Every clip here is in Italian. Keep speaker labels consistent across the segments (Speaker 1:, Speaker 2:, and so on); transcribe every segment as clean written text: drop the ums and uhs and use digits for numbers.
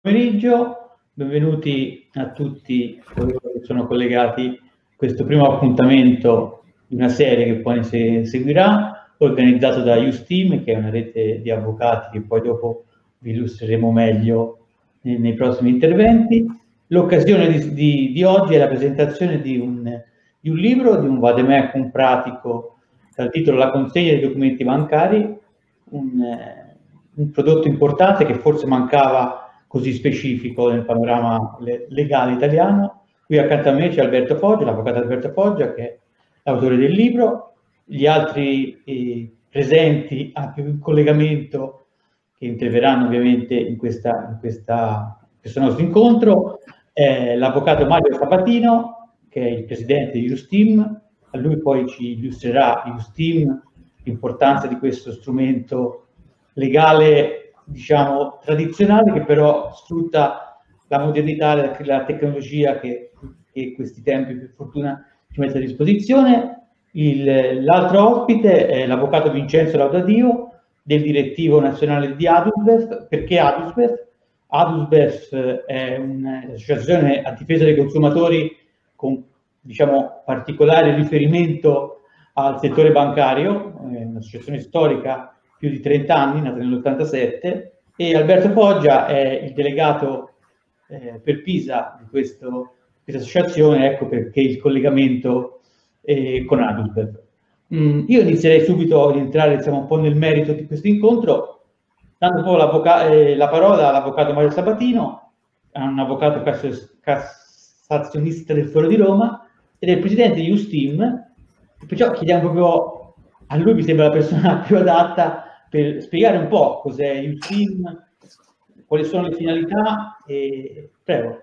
Speaker 1: Pomeriggio, benvenuti a tutti coloro che sono collegati a questo primo appuntamento di una serie che poi seguirà, organizzato da Usteam, che è una rete di avvocati che poi dopo vi illustreremo meglio nei prossimi interventi. L'occasione di oggi è la presentazione di un libro, di un vademecum pratico dal titolo La consegna dei documenti bancari, un prodotto importante che forse mancava così specifico nel panorama legale italiano. Qui accanto a me c'è Alberto Foggia, l'avvocato Alberto Foggia, che è l'autore del libro. Gli altri presenti a più collegamento che interverranno ovviamente in questo nostro incontro è l'avvocato Mario Sabatino, che è il presidente di Usteam. A lui poi ci illustrerà Usteam, l'importanza di questo strumento legale, diciamo, tradizionale, che però sfrutta la modernità, la tecnologia che questi tempi per fortuna ci mette a disposizione. L'altro ospite è l'avvocato Vincenzo Laudadio, del direttivo nazionale di Adusbef. Perché Adusbef? Adusbef è un'associazione a difesa dei consumatori con, diciamo, particolare riferimento al settore bancario, un'associazione storica più di 30 anni, nata nell'87, e Alberto Foggia è il delegato per Pisa di questa associazione, ecco perché il collegamento con Adusbef. Io inizierei subito ad entrare, diciamo, un po' nel merito di questo incontro, dando un po' la parola all'avvocato Mario Sabatino, un avvocato cassazionista del Foro di Roma ed è il presidente di Usteam, perciò chiediamo proprio a lui, mi sembra la persona più adatta per spiegare un po' cos'è Usteam, quali sono le finalità. Prego.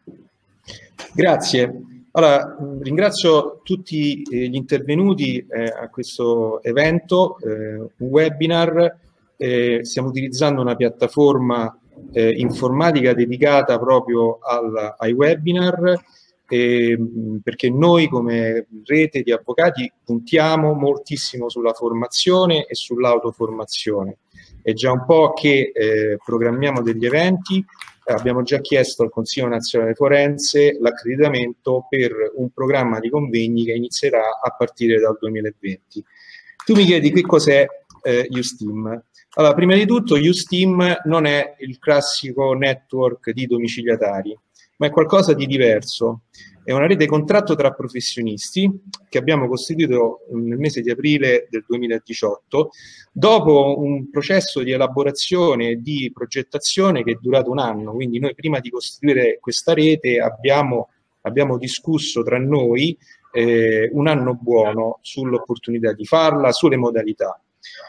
Speaker 2: Grazie. Allora, ringrazio tutti gli intervenuti a questo evento, un webinar. Stiamo utilizzando una piattaforma informatica dedicata proprio ai webinar, perché noi come rete di avvocati puntiamo moltissimo sulla formazione e sull'autoformazione. È già un po' che programmiamo degli eventi. Abbiamo già chiesto al Consiglio Nazionale Forense l'accreditamento per un programma di convegni che inizierà a partire dal 2020. Tu mi chiedi che cos'è Usteam. Allora, prima di tutto Usteam non è il classico network di domiciliatari, ma è qualcosa di diverso. È una rete contratto tra professionisti che abbiamo costituito nel mese di aprile del 2018, dopo un processo di elaborazione e di progettazione che è durato un anno. Quindi noi prima di costituire questa rete abbiamo discusso tra noi un anno buono sull'opportunità di farla, sulle modalità.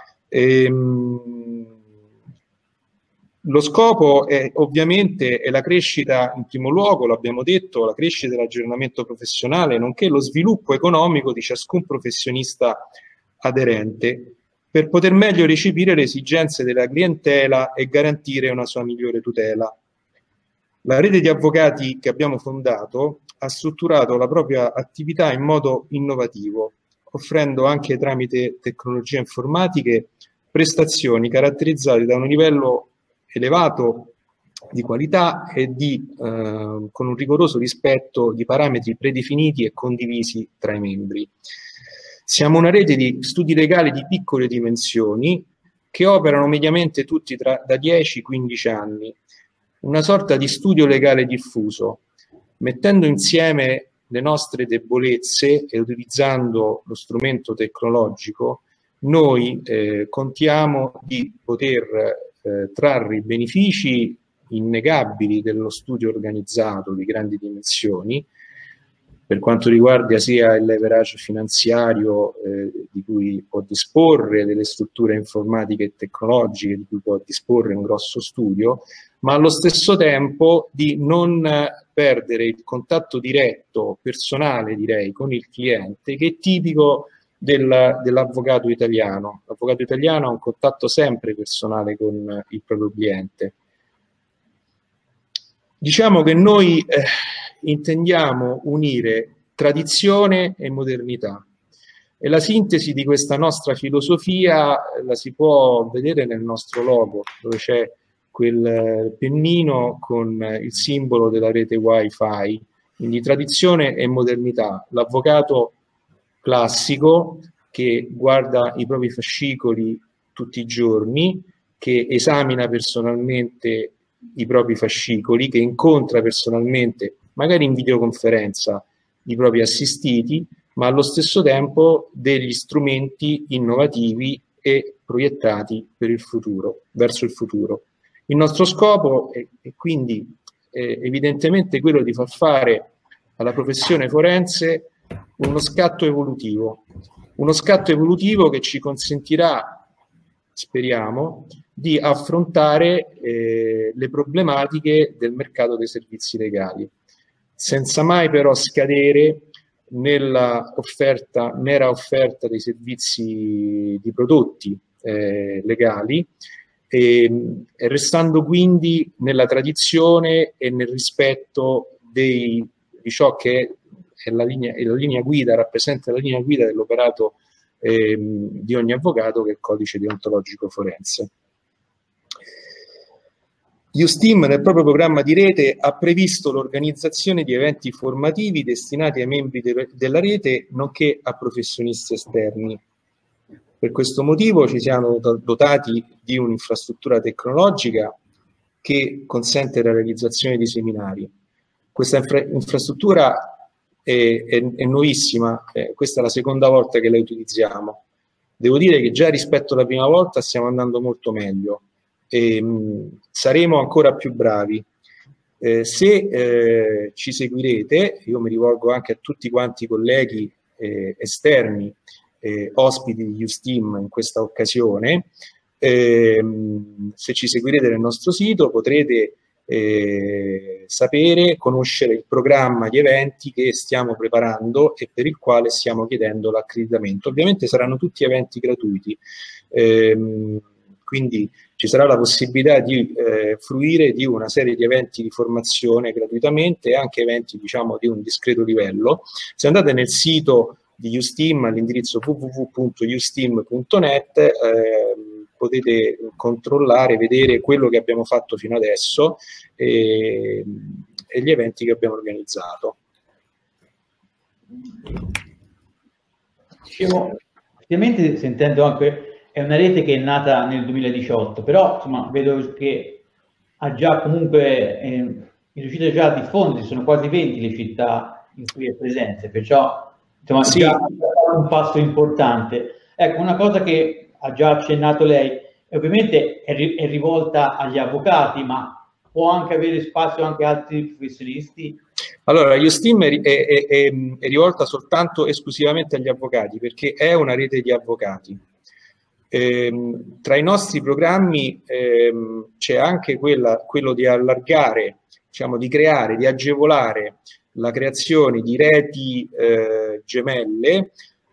Speaker 2: Lo scopo è ovviamente la crescita, in primo luogo, l'abbiamo detto, la crescita e l'aggiornamento professionale, nonché lo sviluppo economico di ciascun professionista aderente, per poter meglio recepire le esigenze della clientela e garantire una sua migliore tutela. La rete di avvocati che abbiamo fondato ha strutturato la propria attività in modo innovativo, offrendo anche tramite tecnologie informatiche prestazioni caratterizzate da un livello elevato di qualità e con un rigoroso rispetto di parametri predefiniti e condivisi tra i membri. Siamo una rete di studi legali di piccole dimensioni che operano mediamente tutti da 10 ai 15 anni, una sorta di studio legale diffuso, mettendo insieme le nostre debolezze e utilizzando lo strumento tecnologico. Noi contiamo di poter trarre i benefici innegabili dello studio organizzato di grandi dimensioni, per quanto riguarda sia il leverage finanziario di cui può disporre, delle strutture informatiche e tecnologiche di cui può disporre un grosso studio, ma allo stesso tempo di non perdere il contatto diretto, personale direi, con il cliente, che è tipico dell'avvocato italiano. L'avvocato italiano ha un contatto sempre personale con il proprio cliente. Diciamo che noi intendiamo unire tradizione e modernità, e la sintesi di questa nostra filosofia la si può vedere nel nostro logo, dove c'è quel pennino con il simbolo della rete Wi-Fi, quindi tradizione e modernità. L'avvocato classico che guarda i propri fascicoli tutti i giorni, che esamina personalmente i propri fascicoli, che incontra personalmente, magari in videoconferenza, i propri assistiti, ma allo stesso tempo degli strumenti innovativi e proiettati per il futuro, verso il futuro. Il nostro scopo è quindi evidentemente quello di far fare alla professione forense uno scatto evolutivo che ci consentirà, speriamo, di affrontare le problematiche del mercato dei servizi legali, senza mai però scadere nella mera offerta dei servizi di prodotti legali, e restando quindi nella tradizione e nel rispetto di ciò che è la linea guida, rappresenta la linea guida dell'operato di ogni avvocato, che è il codice deontologico forense. Iusteam nel proprio programma di rete ha previsto l'organizzazione di eventi formativi destinati ai membri della rete, nonché a professionisti esterni. Per questo motivo ci siamo dotati di un'infrastruttura tecnologica che consente la realizzazione di seminari. Questa infrastruttura è nuovissima, questa è la seconda volta che la utilizziamo. Devo dire che già rispetto alla prima volta stiamo andando molto meglio e saremo ancora più bravi. Se ci seguirete, io mi rivolgo anche a tutti quanti i colleghi esterni, ospiti di Iusteam in questa occasione, se ci seguirete nel nostro sito potrete sapere, conoscere il programma di eventi che stiamo preparando e per il quale stiamo chiedendo l'accreditamento. Ovviamente saranno tutti eventi gratuiti, quindi ci sarà la possibilità di fruire di una serie di eventi di formazione gratuitamente e anche eventi, diciamo, di un discreto livello. Se andate nel sito di Iusteam all'indirizzo www.iusteam.net potete controllare, vedere quello che abbiamo fatto fino adesso e gli eventi che abbiamo organizzato.
Speaker 1: Dicevo, ovviamente sentendo anche, è una rete che è nata nel 2018, però insomma vedo che ha già comunque è riuscito già a diffondersi, sono quasi 20 le città in cui è presente, perciò insomma sì, già un passo importante. Ecco, una cosa che ha già accennato lei, ovviamente è rivolta agli avvocati, ma può anche avere spazio anche altri professionisti?
Speaker 2: Allora, Iusteam è rivolta soltanto esclusivamente agli avvocati, perché è una rete di avvocati. Tra i nostri programmi c'è anche quello di allargare, diciamo, di creare, di agevolare la creazione di reti gemelle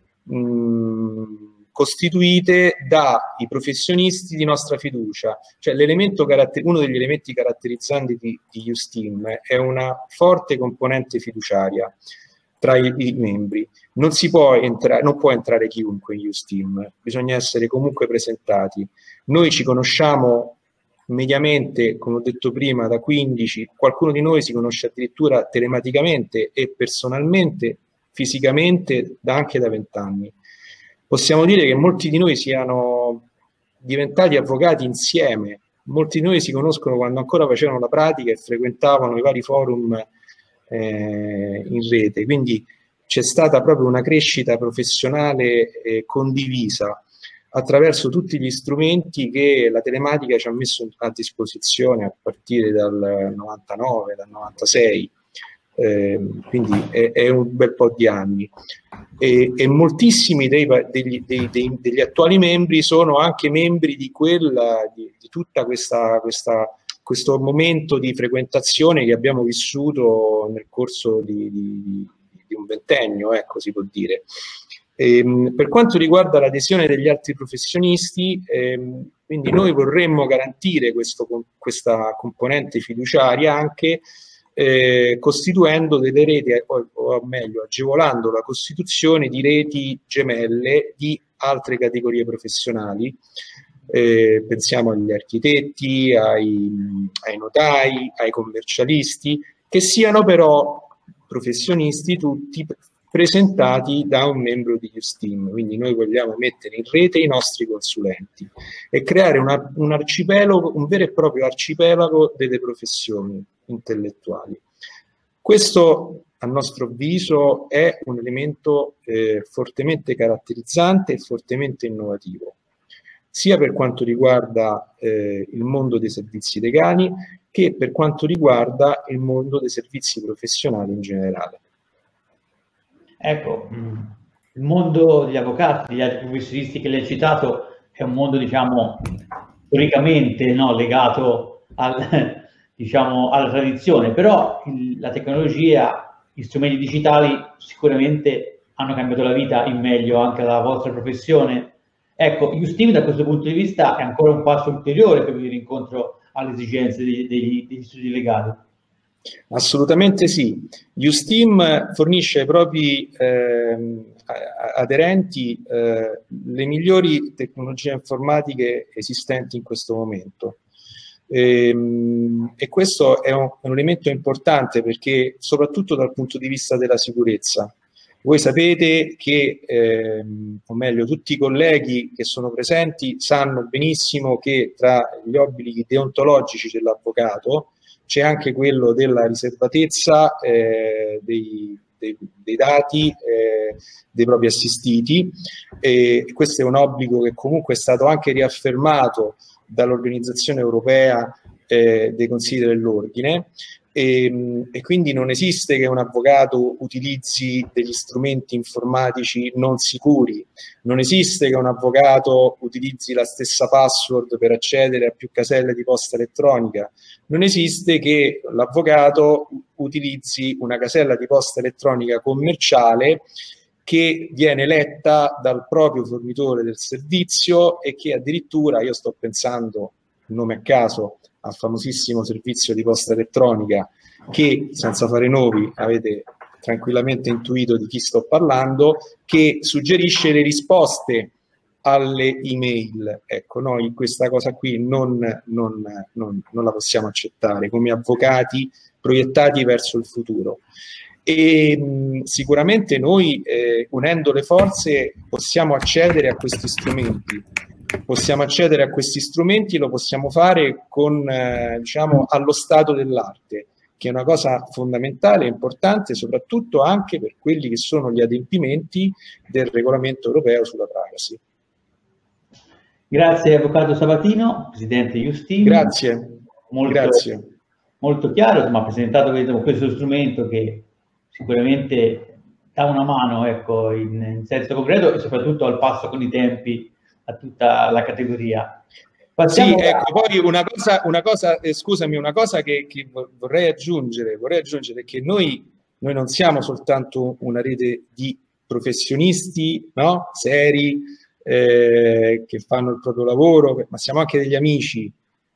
Speaker 2: costituite dai professionisti di nostra fiducia. Cioè uno degli elementi caratterizzanti di Iusteam è una forte componente fiduciaria tra i membri. Non può entrare chiunque in Iusteam, bisogna essere comunque presentati. Noi ci conosciamo mediamente, come ho detto prima, da 15, qualcuno di noi si conosce addirittura telematicamente e personalmente, fisicamente, anche da 20 anni. Possiamo dire che molti di noi siano diventati avvocati insieme, molti di noi si conoscono quando ancora facevano la pratica e frequentavano i vari forum in rete, quindi c'è stata proprio una crescita professionale condivisa attraverso tutti gli strumenti che la telematica ci ha messo a disposizione a partire dal 99, dal 96, quindi è un bel po' di anni. E moltissimi degli attuali membri sono anche membri di tutta questo momento di frequentazione che abbiamo vissuto nel corso di un ventennio, ecco, si può dire. Per quanto riguarda l'adesione degli altri professionisti, quindi noi vorremmo garantire questa componente fiduciaria anche costituendo delle reti, o meglio agevolando la costituzione di reti gemelle di altre categorie professionali, pensiamo agli architetti, ai notai, ai commercialisti, che siano però professionisti tutti presentati da un membro di USTEAM. Quindi noi vogliamo mettere in rete i nostri consulenti e creare un arcipelago, un vero e proprio arcipelago delle professioni intellettuali. Questo, a nostro avviso, è un elemento fortemente caratterizzante e fortemente innovativo, sia per quanto riguarda il mondo dei servizi legali che per quanto riguarda il mondo dei servizi professionali in generale.
Speaker 1: Ecco, il mondo degli avvocati, degli altri professionisti che lei ha citato, è un mondo, diciamo, storicamente, no, legato diciamo, alla tradizione, però la tecnologia, gli strumenti digitali sicuramente hanno cambiato la vita in meglio anche alla vostra professione. Ecco, USTEAM da questo punto di vista è ancora un passo ulteriore per venire incontro alle esigenze degli studi legali.
Speaker 2: Assolutamente sì. USTEAM fornisce ai propri aderenti le migliori tecnologie informatiche esistenti in questo momento. E questo è un elemento importante perché, soprattutto dal punto di vista della sicurezza, voi sapete che, o meglio, tutti i colleghi che sono presenti sanno benissimo che tra gli obblighi deontologici dell'avvocato c'è anche quello della riservatezza dei dati dei propri assistiti, e questo è un obbligo che comunque è stato anche riaffermato dall'Organizzazione Europea dei Consigli dell'Ordine, e quindi non esiste che un avvocato utilizzi degli strumenti informatici non sicuri, non esiste che un avvocato utilizzi la stessa password per accedere a più caselle di posta elettronica, non esiste che l'avvocato utilizzi una casella di posta elettronica commerciale che viene letta dal proprio fornitore del servizio e che addirittura, io sto pensando, nome a caso, al famosissimo servizio di posta elettronica che, senza fare nomi, avete tranquillamente intuito di chi sto parlando, che suggerisce le risposte alle email. Ecco, noi questa cosa qui non la possiamo accettare come avvocati proiettati verso il futuro. E sicuramente noi, unendo le forze, possiamo accedere a questi strumenti. Possiamo accedere a questi strumenti, lo possiamo fare con, diciamo, allo stato dell'arte, che è una cosa fondamentale e importante, soprattutto anche per quelli che sono gli adempimenti del regolamento europeo sulla privacy.
Speaker 1: Grazie Avvocato Sabatino, Presidente USTEAM.
Speaker 2: Grazie. Grazie.
Speaker 1: Molto chiaro, insomma, ha presentato questo strumento che sicuramente dà una mano, ecco, in senso concreto e soprattutto al passo con i tempi a tutta la categoria.
Speaker 2: Passiamo ecco, poi una cosa, scusami, una cosa che vorrei aggiungere è che noi non siamo soltanto una rete di professionisti, no? Seri, che fanno il proprio lavoro, ma siamo anche degli amici,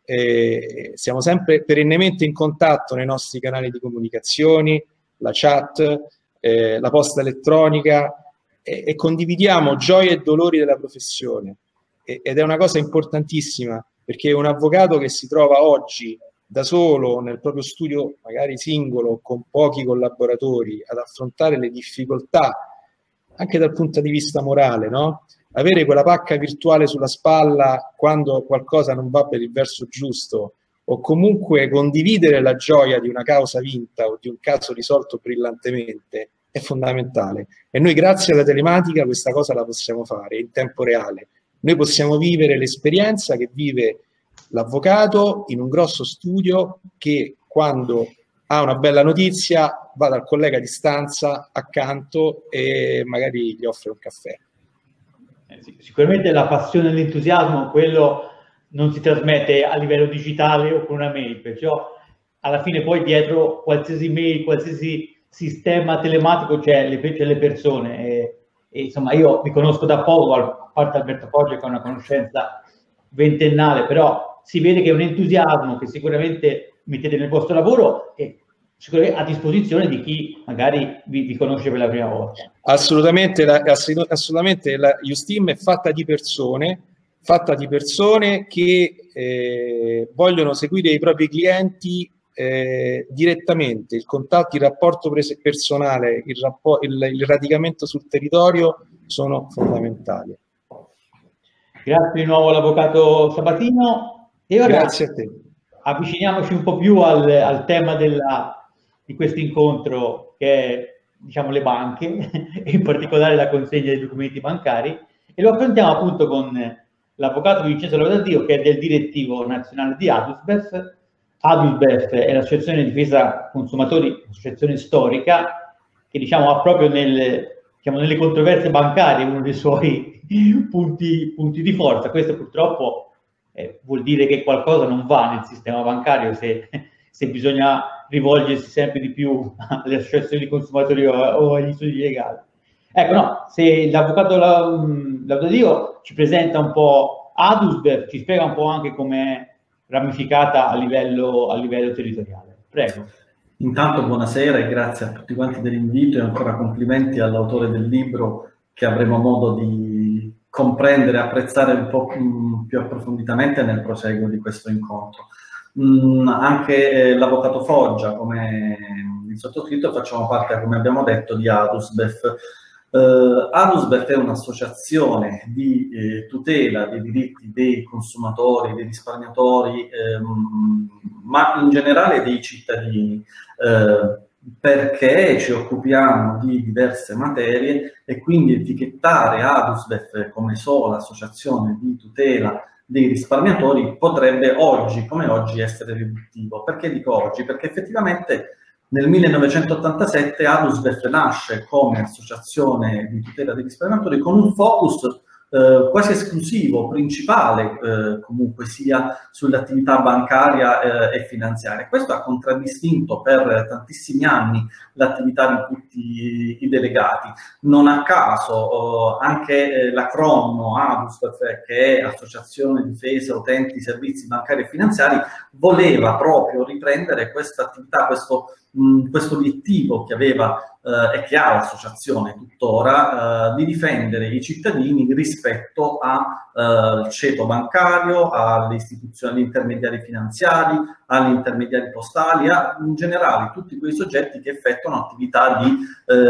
Speaker 2: siamo sempre perennemente in contatto nei nostri canali di comunicazione, la chat, la posta elettronica, e condividiamo gioie e dolori della professione, ed è una cosa importantissima, perché un avvocato che si trova oggi da solo nel proprio studio, magari singolo, con pochi collaboratori, ad affrontare le difficoltà anche dal punto di vista morale, no? Avere quella pacca virtuale sulla spalla quando qualcosa non va per il verso giusto, o comunque condividere la gioia di una causa vinta o di un caso risolto brillantemente, è fondamentale. E noi, grazie alla telematica, questa cosa la possiamo fare in tempo reale. Noi possiamo vivere l'esperienza che vive l'avvocato in un grosso studio, che quando ha una bella notizia va dal collega di stanza accanto e magari gli offre un caffè.
Speaker 1: Sicuramente la passione e l'entusiasmo, quello non si trasmette a livello digitale o con una mail, perciò alla fine poi dietro qualsiasi mail, qualsiasi sistema telematico c'è le persone, e insomma io mi conosco da poco, a parte Alberto Foggia che è una conoscenza ventennale, però si vede che è un entusiasmo che sicuramente mettete nel vostro lavoro e sicuramente a disposizione di chi magari vi conosce per la prima volta.
Speaker 2: Assolutamente, la USTEAM è fatta di persone, fatta di persone che vogliono seguire i propri clienti direttamente. Il contatto, il rapporto personale, il radicamento sul territorio sono fondamentali.
Speaker 1: Grazie di nuovo all'avvocato Sabatino. E ora
Speaker 2: grazie a te.
Speaker 1: Avviciniamoci un po' più al tema di questo incontro, che è, diciamo, le banche e in particolare la consegna dei documenti bancari, e lo affrontiamo appunto con l'avvocato Vincenzo Lavoradio, che è del direttivo nazionale di Adusbef. Adusbef è l'Associazione di Difesa Consumatori, un'associazione storica che, diciamo, ha proprio nelle controversie bancarie uno dei suoi punti di forza. Questo purtroppo vuol dire che qualcosa non va nel sistema bancario se bisogna rivolgersi sempre di più alle associazioni di consumatori o agli studi legali. Ecco, no, se l'avvocato Lavoradio ci presenta un po' Adusbef, ci spiega un po' anche come ramificata a livello territoriale. Prego.
Speaker 3: Intanto buonasera e grazie a tutti quanti dell'invito e ancora complimenti all'autore del libro, che avremo modo di comprendere e apprezzare un po' più approfonditamente nel proseguo di questo incontro. Anche l'avvocato Foggia, come il sottoscritto, facciamo parte, come abbiamo detto, di Adusbef. Adusbef è un'associazione di tutela dei diritti dei consumatori, dei risparmiatori, ma in generale dei cittadini, perché ci occupiamo di diverse materie e quindi etichettare Adusbef come sola associazione di tutela dei risparmiatori potrebbe oggi come oggi essere riduttivo. Perché dico oggi? Perché effettivamente nel 1987 Adusbef nasce come associazione di tutela dei risparmiatori con un focus quasi esclusivo, principale comunque sia sull'attività bancaria e finanziaria. Questo ha contraddistinto per tantissimi anni l'attività di tutti i delegati. Non a caso anche l'acronimo Adusbef, che è Associazione Difesa Utenti Servizi Bancari e Finanziari, voleva proprio riprendere questa attività, questo obiettivo che aveva e che ha l'associazione tuttora, di difendere i cittadini rispetto al ceto bancario, alle istituzioni, agli intermediari finanziari, agli intermediari postali, in generale tutti quei soggetti che effettuano attività di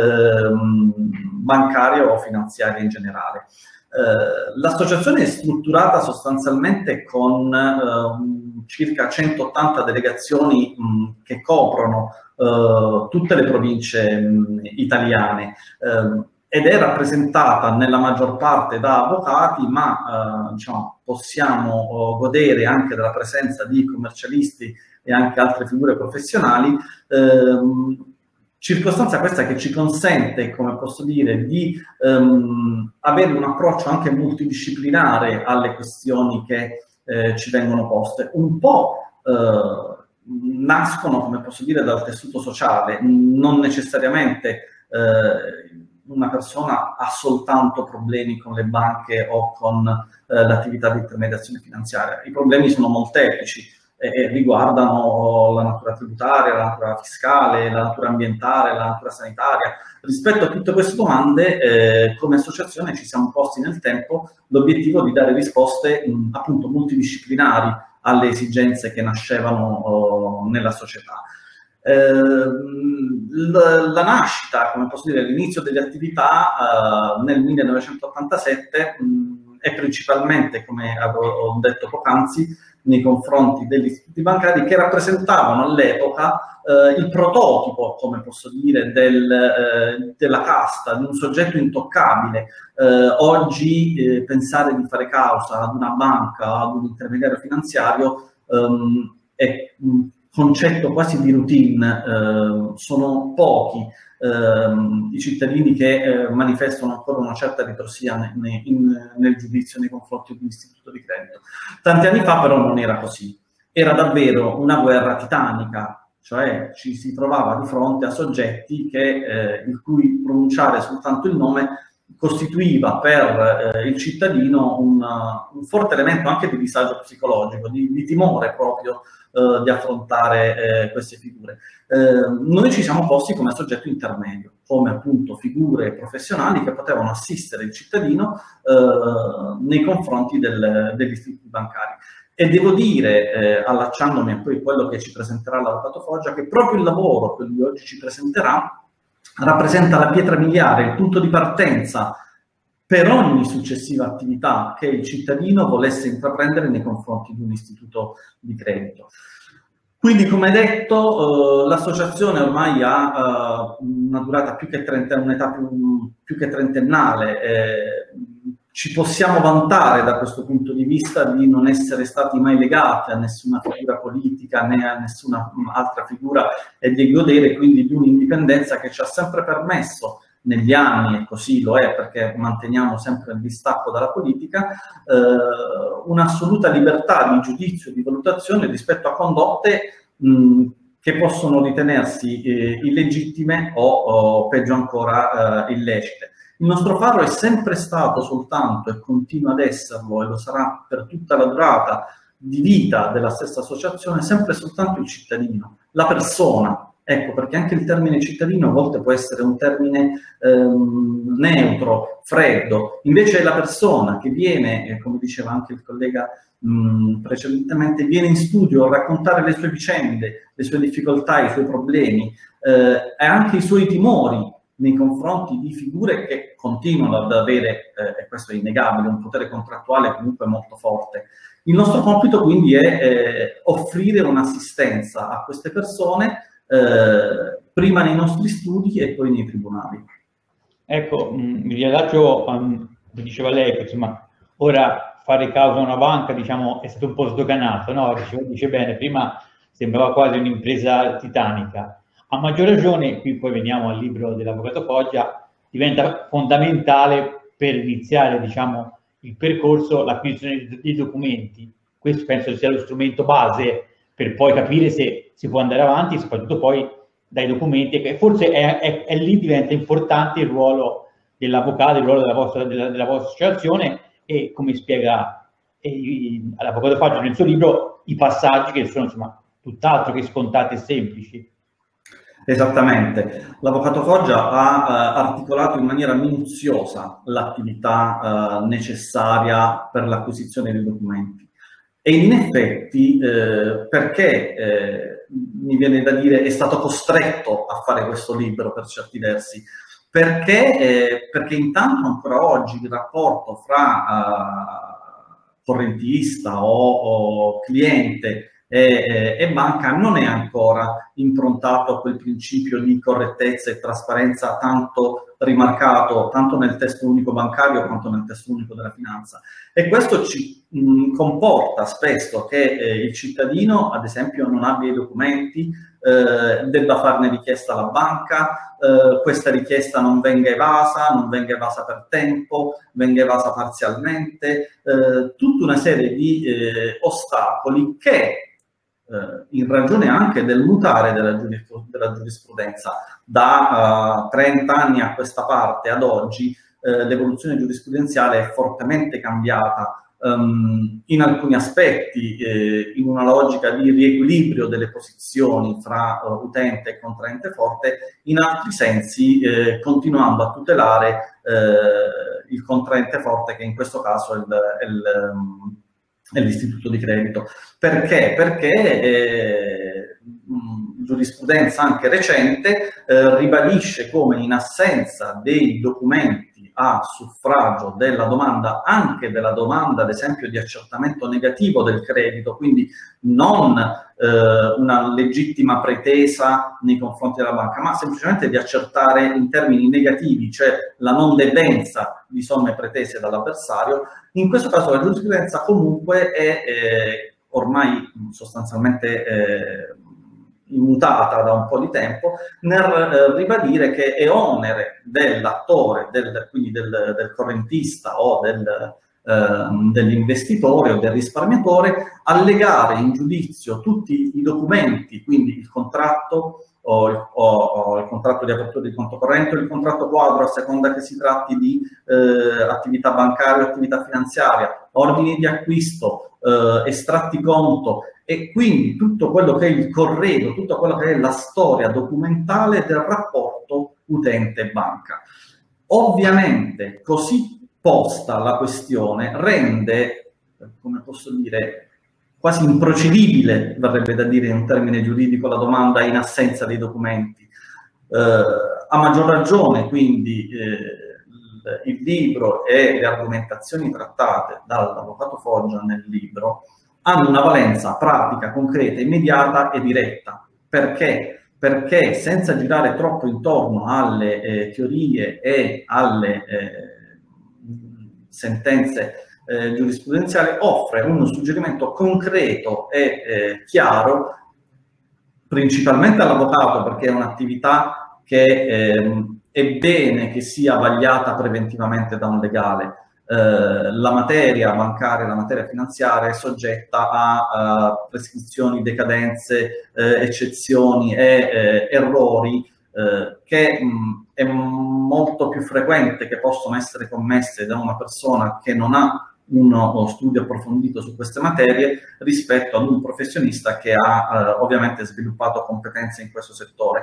Speaker 3: bancaria o finanziaria in generale. L'associazione è strutturata sostanzialmente con circa 180 delegazioni che coprono tutte le province italiane ed è rappresentata nella maggior parte da avvocati, ma diciamo, possiamo godere anche della presenza di commercialisti e anche altre figure professionali, circostanza questa che ci consente, come posso dire, di avere un approccio anche multidisciplinare alle questioni che ci vengono poste. Un po' nascono, come posso dire, dal tessuto sociale, non necessariamente una persona ha soltanto problemi con le banche o con l'attività di intermediazione finanziaria. I problemi sono molteplici e riguardano la natura tributaria, la natura fiscale, la natura ambientale, la natura sanitaria. Rispetto a tutte queste domande, come associazione ci siamo posti nel tempo l'obiettivo di dare risposte appunto multidisciplinari alle esigenze che nascevano nella società. La nascita, come posso dire, l'inizio delle attività nel 1987 è principalmente, come ho detto poc'anzi, nei confronti degli istituti bancari che rappresentavano all'epoca il prototipo, come posso dire, della casta, di un soggetto intoccabile. Oggi pensare di fare causa ad una banca, ad un intermediario finanziario è un concetto quasi di routine. Sono pochi i cittadini che manifestano ancora una certa ritrosia nel giudizio nei confronti di un istituto di credito. Tanti anni fa però non era così, era davvero una guerra titanica, cioè ci si trovava di fronte a soggetti il cui pronunciare soltanto il nome costituiva per il cittadino un forte elemento anche di disagio psicologico, di timore proprio di affrontare queste figure. Noi ci siamo posti come soggetto intermedio, come appunto figure professionali che potevano assistere il cittadino nei confronti degli istituti bancari. E devo dire, allacciandomi a poi quello che ci presenterà l'avvocato Foggia, che proprio il lavoro che lui oggi ci presenterà rappresenta la pietra miliare, il punto di partenza per ogni successiva attività che il cittadino volesse intraprendere nei confronti di un istituto di credito. Quindi, come detto, l'associazione ormai ha una durata più che un'età più che trentennale. Ci possiamo vantare da questo punto di vista di non essere stati mai legati a nessuna figura politica né a nessuna altra figura e di godere quindi di un'indipendenza che ci ha sempre permesso negli anni, e così lo è perché manteniamo sempre il distacco dalla politica, un'assoluta libertà di giudizio, di valutazione rispetto a condotte che possono ritenersi illegittime o peggio ancora illecite. Il nostro faro è sempre stato soltanto, e continua ad esserlo, e lo sarà per tutta la durata di vita della stessa associazione, sempre soltanto il cittadino, la persona. Ecco, perché anche il termine cittadino a volte può essere un termine neutro, freddo, invece è la persona che viene, come diceva anche il collega precedentemente, viene in studio a raccontare le sue vicende, le sue difficoltà, i suoi problemi e anche i suoi timori nei confronti di figure che continuano ad avere, e questo è innegabile, un potere contrattuale comunque molto forte. Il nostro compito quindi è offrire un'assistenza a queste persone prima nei nostri studi e poi nei tribunali.
Speaker 1: Ecco, mi riallaccio a come diceva lei, che insomma, ora fare causa a una banca, diciamo, è stato un po' sdoganato, no? Dice bene, prima sembrava quasi un'impresa titanica. A maggior ragione, qui poi veniamo al libro dell'avvocato Foggia, diventa fondamentale per iniziare, diciamo, il percorso, l'acquisizione dei documenti. Questo penso sia lo strumento base per poi capire se si può andare avanti, soprattutto poi dai documenti, che forse è lì diventa importante il ruolo dell'avvocato, il ruolo della vostra associazione, e come spiega l'avvocato Foggia nel suo libro, i passaggi che sono insomma tutt'altro che scontati e semplici.
Speaker 3: Esattamente. L'avvocato Foggia ha articolato in maniera minuziosa l'attività necessaria per l'acquisizione dei documenti. E in effetti, perché mi viene da dire è stato costretto a fare questo libro per certi versi? Perché intanto ancora oggi il rapporto fra correntista o cliente e banca non è ancora improntato a quel principio di correttezza e trasparenza tanto rimarcato tanto nel testo unico bancario quanto nel testo unico della finanza, e questo ci comporta spesso che il cittadino, ad esempio, non abbia i documenti, debba farne richiesta alla banca, questa richiesta non venga evasa per tempo, venga evasa parzialmente, tutta una serie di ostacoli che in ragione anche del mutare della giurisprudenza da 30 anni a questa parte ad oggi, l'evoluzione giurisprudenziale è fortemente cambiata in alcuni aspetti, in una logica di riequilibrio delle posizioni fra utente e contraente forte, in altri sensi continuando a tutelare il contraente forte, che in questo caso è l'istituto di credito. Perché? Perché giurisprudenza anche recente ribadisce come in assenza dei documenti a suffragio della domanda, anche della domanda ad esempio di accertamento negativo del credito, quindi non una legittima pretesa nei confronti della banca, ma semplicemente di accertare in termini negativi, cioè la non debenza di somme pretese dall'avversario. In questo caso la giurisprudenza comunque è ormai sostanzialmente immutata da un po' di tempo, nel ribadire che è onere dell'attore, quindi del correntista o dell'investitore o del risparmiatore, allegare in giudizio tutti i documenti, quindi il contratto o il contratto di apertura di conto corrente o il contratto quadro, a seconda che si tratti di attività bancaria o attività finanziaria, ordini di acquisto, estratti conto, e quindi tutto quello che è il corredo, tutto quello che è la storia documentale del rapporto utente-banca. Ovviamente, così posta la questione, rende, come posso dire, quasi improcedibile, verrebbe da dire in un termine giuridico, la domanda in assenza dei documenti. A maggior ragione, quindi, il libro e le argomentazioni trattate dall'avvocato Foggia nel libro hanno una valenza pratica, concreta, immediata e diretta. Perché? Perché senza girare troppo intorno alle teorie e alle sentenze giurisprudenziali, offre uno suggerimento concreto e chiaro, principalmente all'avvocato, perché è un'attività che è bene che sia vagliata preventivamente da un legale. La materia bancaria, la materia finanziaria è soggetta a prescrizioni, decadenze, eccezioni e errori che è molto più frequente che possono essere commesse da una persona che non ha uno studio approfondito su queste materie rispetto ad un professionista che ha ovviamente sviluppato competenze in questo settore.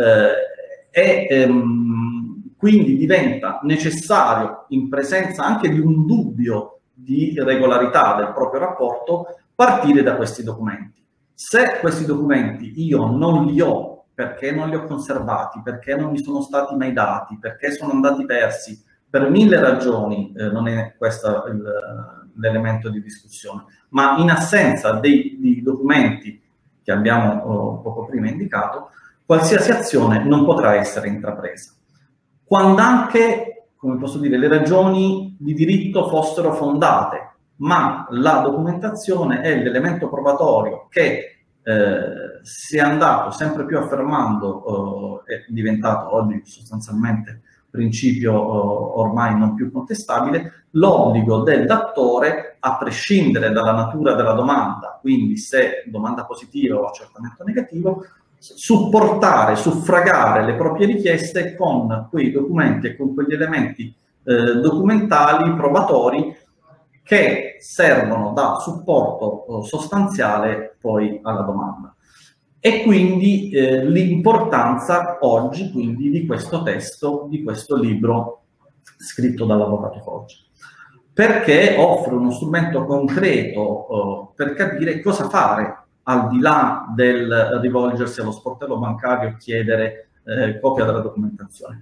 Speaker 3: Quindi diventa necessario, in presenza anche di un dubbio di regolarità del proprio rapporto, partire da questi documenti. Se questi documenti io non li ho, perché non li ho conservati, perché non mi sono stati mai dati, perché sono andati persi, per 1000 ragioni, non è questo l'elemento di discussione, ma in assenza dei documenti che abbiamo poco prima indicato, qualsiasi azione non potrà essere intrapresa. Quando anche, come posso dire, le ragioni di diritto fossero fondate, ma la documentazione è l'elemento probatorio che si è andato sempre più affermando, è diventato oggi sostanzialmente principio ormai non più contestabile, l'obbligo del dattore, a prescindere dalla natura della domanda, quindi se domanda positiva o accertamento negativo, supportare, suffragare le proprie richieste con quei documenti e con quegli elementi documentali, probatori, che servono da supporto sostanziale poi alla domanda. E quindi l'importanza oggi quindi di questo testo, di questo libro scritto dall'avvocato Foggia, perché offre uno strumento concreto per capire cosa fare al di là del rivolgersi allo sportello bancario e chiedere copia della documentazione.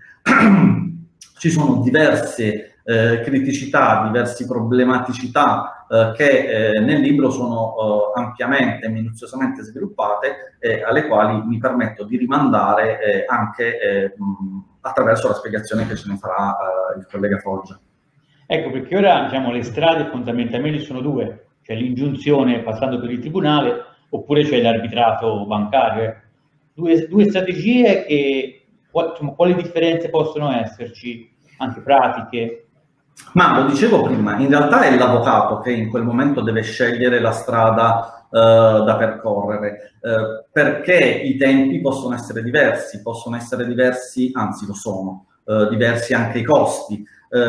Speaker 3: Ci sono diverse criticità, diverse problematicità che nel libro sono ampiamente e minuziosamente sviluppate, alle quali mi permetto di rimandare anche attraverso la spiegazione che ce ne farà il collega Foggia.
Speaker 1: Ecco, perché ora diciamo, le strade fondamentalmente sono due, cioè l'ingiunzione passando per il tribunale oppure c'è l'arbitrato bancario. Due strategie che, diciamo, quali differenze possono esserci, anche pratiche?
Speaker 3: Ma lo dicevo prima, in realtà è l'avvocato che in quel momento deve scegliere la strada da percorrere, perché i tempi possono essere diversi, anzi lo sono, diversi anche i costi,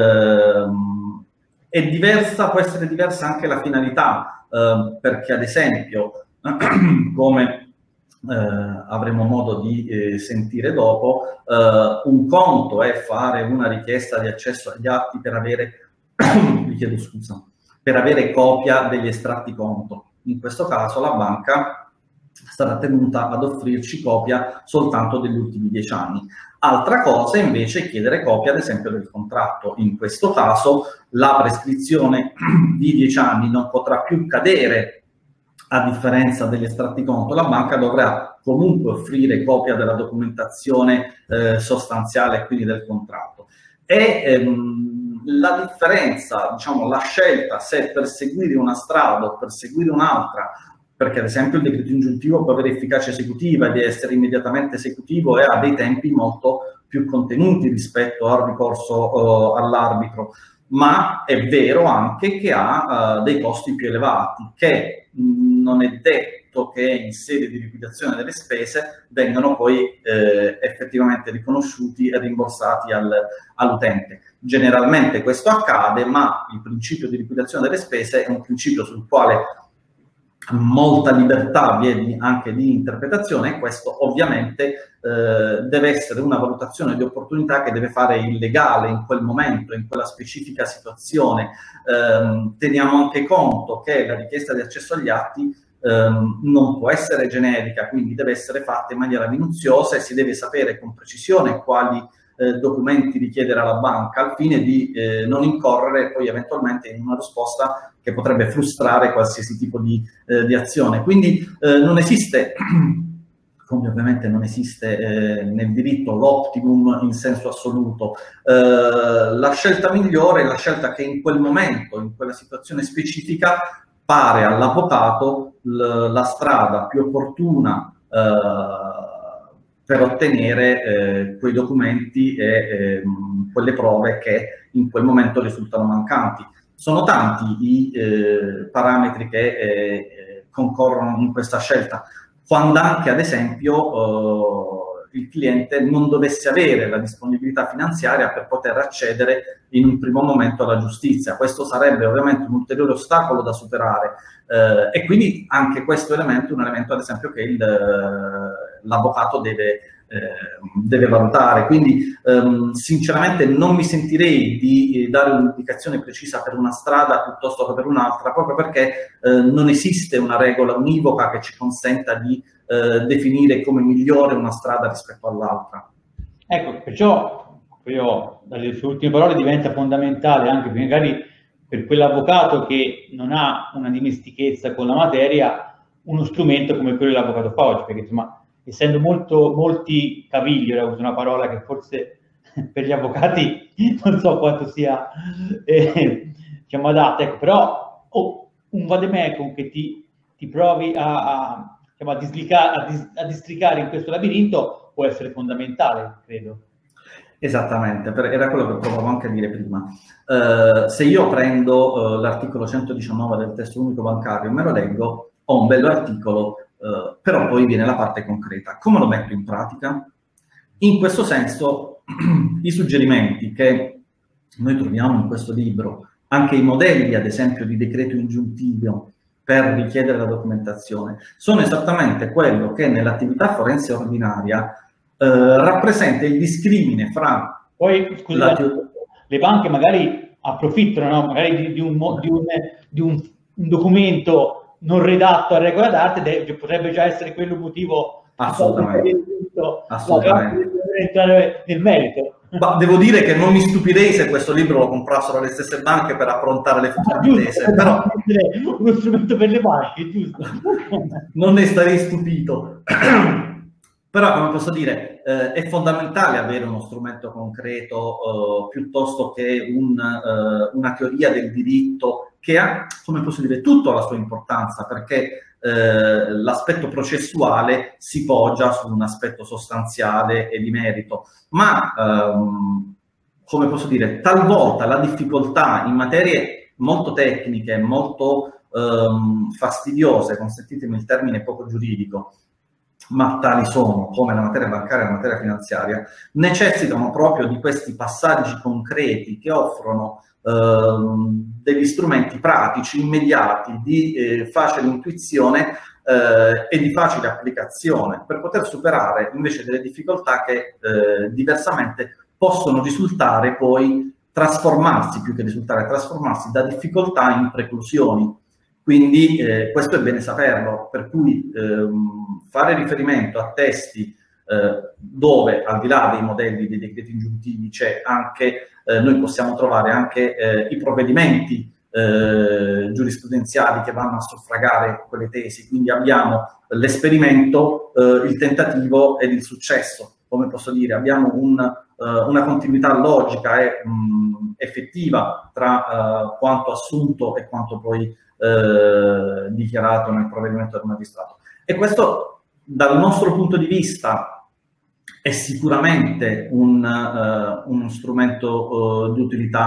Speaker 3: può essere diversa anche la finalità, perché ad esempio, come avremo modo di sentire dopo, un conto è fare una richiesta di accesso agli atti per avere, vi chiedo scusa, per avere copia degli estratti conto. In questo caso la banca sarà tenuta ad offrirci copia soltanto degli ultimi 10 anni. Altra cosa invece è chiedere copia ad esempio del contratto. In questo caso la prescrizione di 10 anni non potrà più cadere. A differenza degli estratti conto, la banca dovrà comunque offrire copia della documentazione sostanziale, quindi del contratto. E la differenza, diciamo, la scelta se perseguire una strada o perseguire un'altra, perché ad esempio il decreto ingiuntivo può avere efficacia esecutiva e deve essere immediatamente esecutivo e ha dei tempi molto più contenuti rispetto al ricorso all'arbitro. ma è vero anche che ha dei costi più elevati, che non è detto che in sede di liquidazione delle spese vengano poi effettivamente riconosciuti e rimborsati all'utente. Generalmente questo accade, ma il principio di liquidazione delle spese è un principio sul quale molta libertà viene anche di interpretazione, e questo ovviamente deve essere una valutazione di opportunità che deve fare il legale in quel momento, in quella specifica situazione. Teniamo anche conto che la richiesta di accesso agli atti non può essere generica, quindi deve essere fatta in maniera minuziosa e si deve sapere con precisione quali documenti richiedere alla banca, al fine di non incorrere poi eventualmente in una risposta che potrebbe frustrare qualsiasi tipo di azione. Quindi non esiste, come ovviamente non esiste nel diritto, l'optimum in senso assoluto. La scelta migliore è la scelta che in quel momento, in quella situazione specifica, pare all'avvocato la strada più opportuna per ottenere quei documenti e quelle prove che in quel momento risultano mancanti. Sono tanti i parametri che concorrono in questa scelta, quando anche, ad esempio, il cliente non dovesse avere la disponibilità finanziaria per poter accedere in un primo momento alla giustizia. Questo sarebbe ovviamente un ulteriore ostacolo da superare, e quindi anche questo elemento è un elemento, ad esempio, che l'avvocato deve valutare. Quindi sinceramente non mi sentirei di dare un'indicazione precisa per una strada piuttosto che per un'altra, proprio perché non esiste una regola univoca che ci consenta di definire come migliore una strada rispetto all'altra.
Speaker 1: Ecco, perciò dalle sue ultime parole diventa fondamentale anche magari per quell'avvocato che non ha una dimestichezza con la materia uno strumento come quello dell'avvocato fa oggi, perché insomma, essendo molti cavigli, ora uso una parola che forse per gli avvocati non so quanto sia diciamo adatta, ecco, però un vademecum che ti provi a districare in questo labirinto può essere fondamentale, credo.
Speaker 3: Esattamente, era quello che provavo anche a dire prima. Se io prendo l'articolo 119 del testo unico bancario e me lo leggo, ho un bello articolo, però poi viene la parte concreta. Come lo metto in pratica? In questo senso, i suggerimenti che noi troviamo in questo libro, anche i modelli, ad esempio, di decreto ingiuntivo per richiedere la documentazione, sono esattamente quello che nell'attività forense ordinaria rappresenta il discrimine fra...
Speaker 1: Poi, scusate, le banche magari approfittano, no? Magari di un documento non redatto a regola d'arte, potrebbe già essere quello motivo...
Speaker 3: Assolutamente.
Speaker 1: Entrare nel merito.
Speaker 3: Ma devo dire che non mi stupirei se questo libro lo comprassero le stesse banche per approntare le future difese, però...
Speaker 1: Uno strumento per le banche, giusto?
Speaker 3: Non ne starei stupito. Però, come posso dire, è fondamentale avere uno strumento concreto piuttosto che una teoria del diritto che ha, come posso dire, tutta la sua importanza, perché l'aspetto processuale si poggia su un aspetto sostanziale e di merito, ma come posso dire, talvolta la difficoltà in materie molto tecniche, molto fastidiose, consentitemi il termine poco giuridico, ma tali sono, come la materia bancaria e la materia finanziaria, necessitano proprio di questi passaggi concreti che offrono degli strumenti pratici, immediati, di facile intuizione e di facile applicazione, per poter superare invece delle difficoltà che diversamente possono risultare poi trasformarsi, più che risultare, trasformarsi da difficoltà in preclusioni. Quindi questo è bene saperlo, per cui fare riferimento a testi dove al di là dei modelli dei decreti ingiuntivi c'è anche, noi possiamo trovare anche i provvedimenti giurisprudenziali che vanno a suffragare quelle tesi, quindi abbiamo l'esperimento, il tentativo ed il successo. Come posso dire, abbiamo una continuità logica e effettiva tra quanto assunto e quanto poi dichiarato nel provvedimento del magistrato. E questo, dal nostro punto di vista, è sicuramente uno strumento di utilità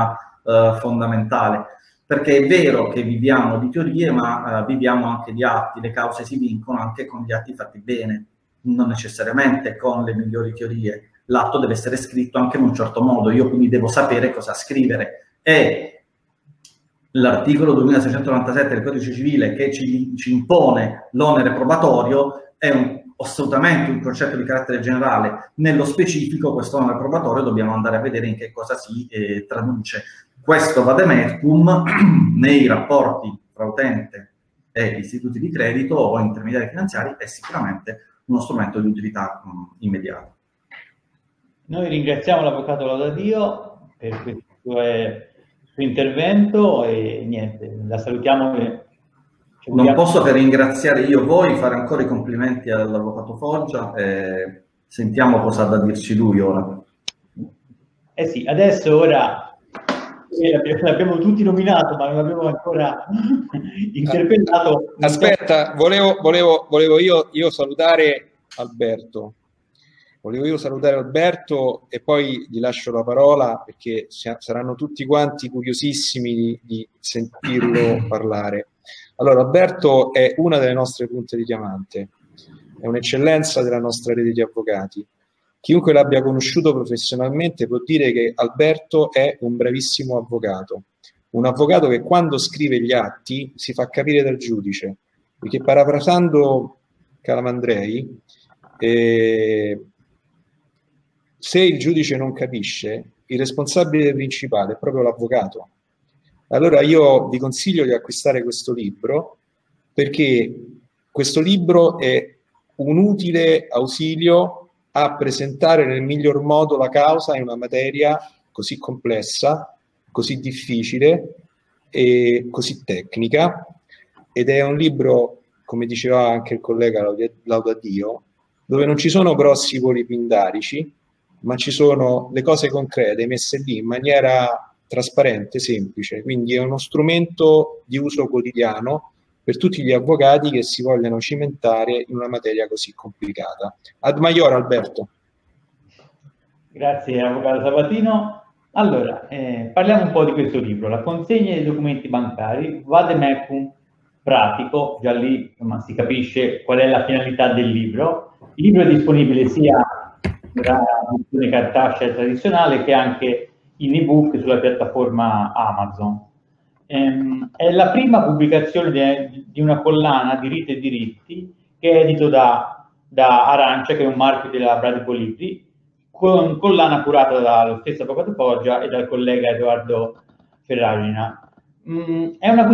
Speaker 3: fondamentale, perché è vero che viviamo di teorie, ma viviamo anche di atti. Le cause si vincono anche con gli atti fatti bene, non necessariamente con le migliori teorie. L'atto deve essere scritto anche in un certo modo, io quindi devo sapere cosa scrivere, e l'articolo 2697 del Codice Civile che ci impone l'onere probatorio è assolutamente un concetto di carattere generale. Nello specifico questo onere probatorio dobbiamo andare a vedere in che cosa si traduce. Questo vademecum nei rapporti tra utente e istituti di credito o intermediari finanziari è sicuramente uno strumento di utilità immediata.
Speaker 1: Noi ringraziamo l'Avvocato Laudadio per questo suo intervento e niente, la salutiamo.
Speaker 3: Non posso che ringraziare io voi, fare ancora i complimenti all'Avvocato Foggia e sentiamo cosa ha da dirci lui ora.
Speaker 1: Eh sì, adesso ora l'abbiamo tutti nominato, ma non l'abbiamo ancora interpellato.
Speaker 2: Aspetta, volevo io salutare Alberto. Volevo io salutare Alberto e poi gli lascio la parola perché saranno tutti quanti curiosissimi di sentirlo parlare. Allora, Alberto è una delle nostre punte di diamante, è un'eccellenza della nostra rete di avvocati. Chiunque l'abbia conosciuto professionalmente può dire che Alberto è un bravissimo avvocato, un avvocato che quando scrive gli atti si fa capire dal giudice, perché parafrasando Calamandrei, se il giudice non capisce, il responsabile principale è proprio l'avvocato. Allora io vi consiglio di acquistare questo libro, perché questo libro è un utile ausilio a presentare nel miglior modo la causa in una materia così complessa, così difficile e così tecnica, ed è un libro, come diceva anche il collega Laudadio, dove non ci sono grossi voli pindarici, ma ci sono le cose concrete messe lì in maniera trasparente, semplice, quindi è uno strumento di uso quotidiano per tutti gli avvocati che si vogliono cimentare in una materia così complicata. Ad Maior, Alberto.
Speaker 1: Grazie, Avvocato Sabatino. Allora, parliamo un po' di questo libro, la consegna dei documenti bancari, vademecum pratico, già lì insomma, si capisce qual è la finalità del libro. Il libro è disponibile sia nella versione cartacea tradizionale che anche in ebook sulla piattaforma Amazon. È la prima pubblicazione di una collana di riti e diritti che è edito da Arancia, che è un marchio della Bradipo Libri, collana curata dallo stesso Avvocato Foggia e dal collega Edoardo Ferragina. È una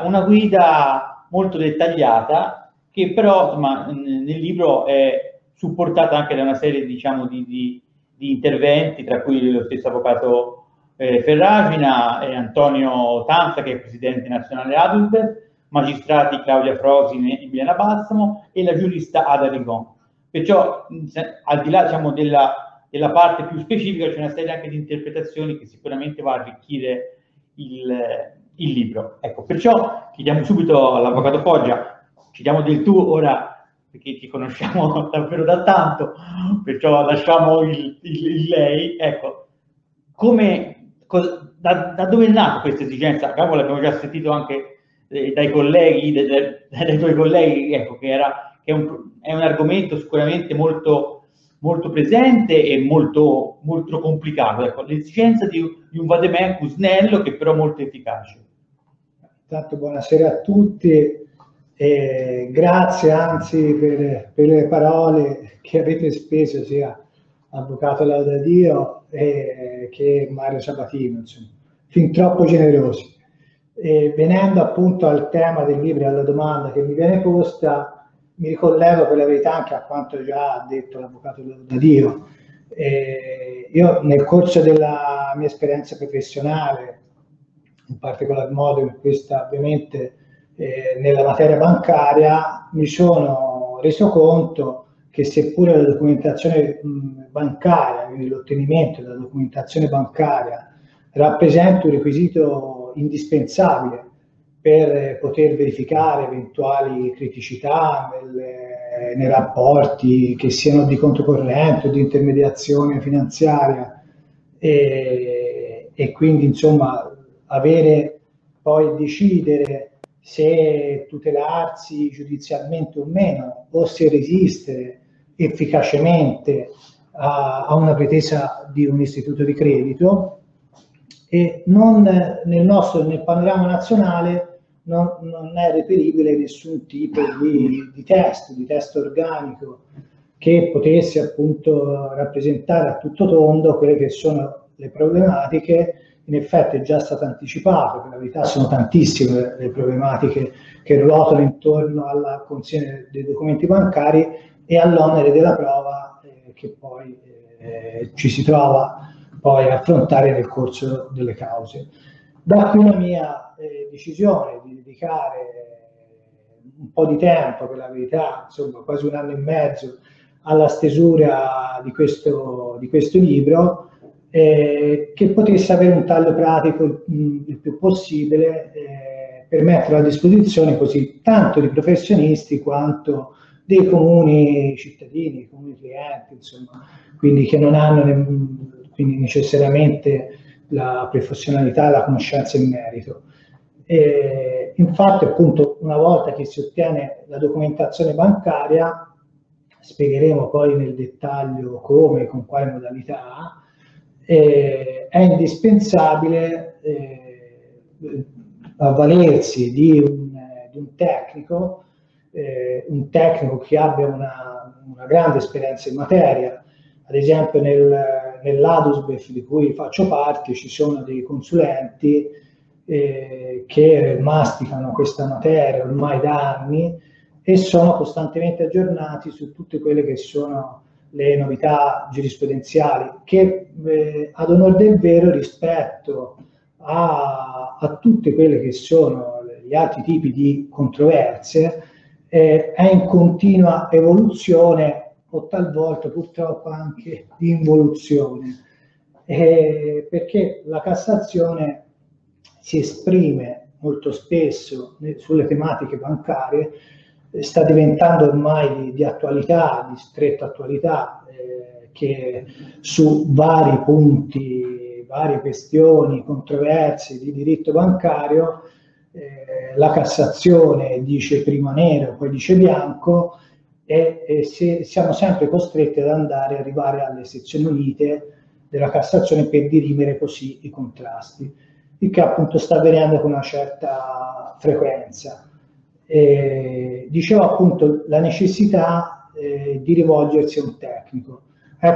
Speaker 1: guida molto dettagliata che però insomma, nel libro è supportata anche da una serie diciamo, di interventi, tra cui lo stesso Avvocato Ferragina e Antonio Tanza, che è presidente nazionale Adusbef, magistrati Claudia Frosi e Milena Balsamo e la giurista Ada Rigon. Perciò, al di là diciamo, della parte più specifica, c'è una serie anche di interpretazioni che sicuramente va a arricchire il libro. Ecco, perciò chiediamo subito all'Avvocato Foggia, chiediamo del tu ora, perché ci conosciamo davvero da tanto, perciò lasciamo il lei. Ecco, da dove è nata questa esigenza? Cavolo, l'abbiamo già sentito anche dai colleghi, dai tuoi colleghi, ecco, che è un argomento sicuramente molto, molto presente e molto, molto complicato. Ecco, l'esigenza di un vademecum snello che però molto efficace.
Speaker 4: Intanto buonasera a tutti. Grazie anzi per le parole che avete speso sia Avvocato Laudadio che Mario Sabatino, insomma, fin troppo generosi. Venendo appunto al tema del libro e alla domanda che mi viene posta, mi ricollego per la verità anche a quanto già ha detto l'Avvocato Laudadio. Io nel corso della mia esperienza professionale, in particolar modo in questa ovviamente nella materia bancaria, mi sono reso conto che seppure la documentazione bancaria, quindi l'ottenimento della documentazione bancaria, rappresenta un requisito indispensabile per poter verificare eventuali criticità nei rapporti, che siano di conto corrente o di intermediazione finanziaria, e quindi insomma avere poi decidere se tutelarsi giudizialmente o meno, o se resistere efficacemente a una pretesa di un istituto di credito, e nel panorama nazionale non è reperibile nessun tipo di testo organico che potesse appunto rappresentare a tutto tondo quelle che sono le problematiche. In effetti è già stato anticipato, per la verità sono tantissime le problematiche che ruotano intorno alla consegna dei documenti bancari e all'onere della prova che poi ci si trova poi a affrontare nel corso delle cause. Da qui la mia decisione di dedicare un po' di tempo, per la verità, insomma quasi 1 anno e mezzo, alla stesura di questo libro, che potesse avere un taglio pratico il più possibile, per metterlo a disposizione così tanto di professionisti quanto dei comuni cittadini, comuni clienti, insomma, quindi che non hanno quindi necessariamente la professionalità e la conoscenza in merito. Infatti, appunto, una volta che si ottiene la documentazione bancaria, spiegheremo poi nel dettaglio come e con quale modalità, è indispensabile avvalersi di un tecnico che abbia una grande esperienza in materia. Ad esempio nell'ADUSBEF di cui faccio parte ci sono dei consulenti che masticano questa materia ormai da anni e sono costantemente aggiornati su tutte quelle che sono le novità giurisprudenziali che ad onor del vero, rispetto a tutte quelle che sono gli altri tipi di controversie, è in continua evoluzione o talvolta purtroppo anche di involuzione, perché la Cassazione si esprime molto spesso sulle tematiche bancarie, sta diventando ormai di attualità, di stretta attualità, che su vari punti, varie questioni, controversie di diritto bancario, la Cassazione dice prima nero, poi dice bianco, e siamo sempre costretti ad arrivare alle sezioni unite della Cassazione per dirimere così i contrasti, il che appunto sta avvenendo con una certa frequenza. Dicevo appunto la necessità di rivolgersi a un tecnico è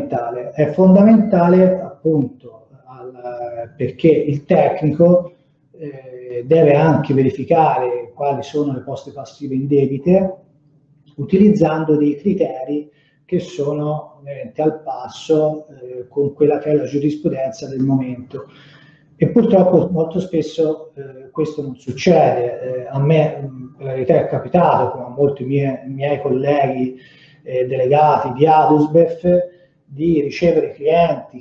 Speaker 4: fondamentale appunto perché il tecnico deve anche verificare quali sono le poste passive indebite utilizzando dei criteri che sono veramente al passo con quella che è la giurisprudenza del momento. E purtroppo molto spesso questo non succede. A me, per la verità, è capitato, come a molti miei colleghi delegati di ADUSBEF, di ricevere clienti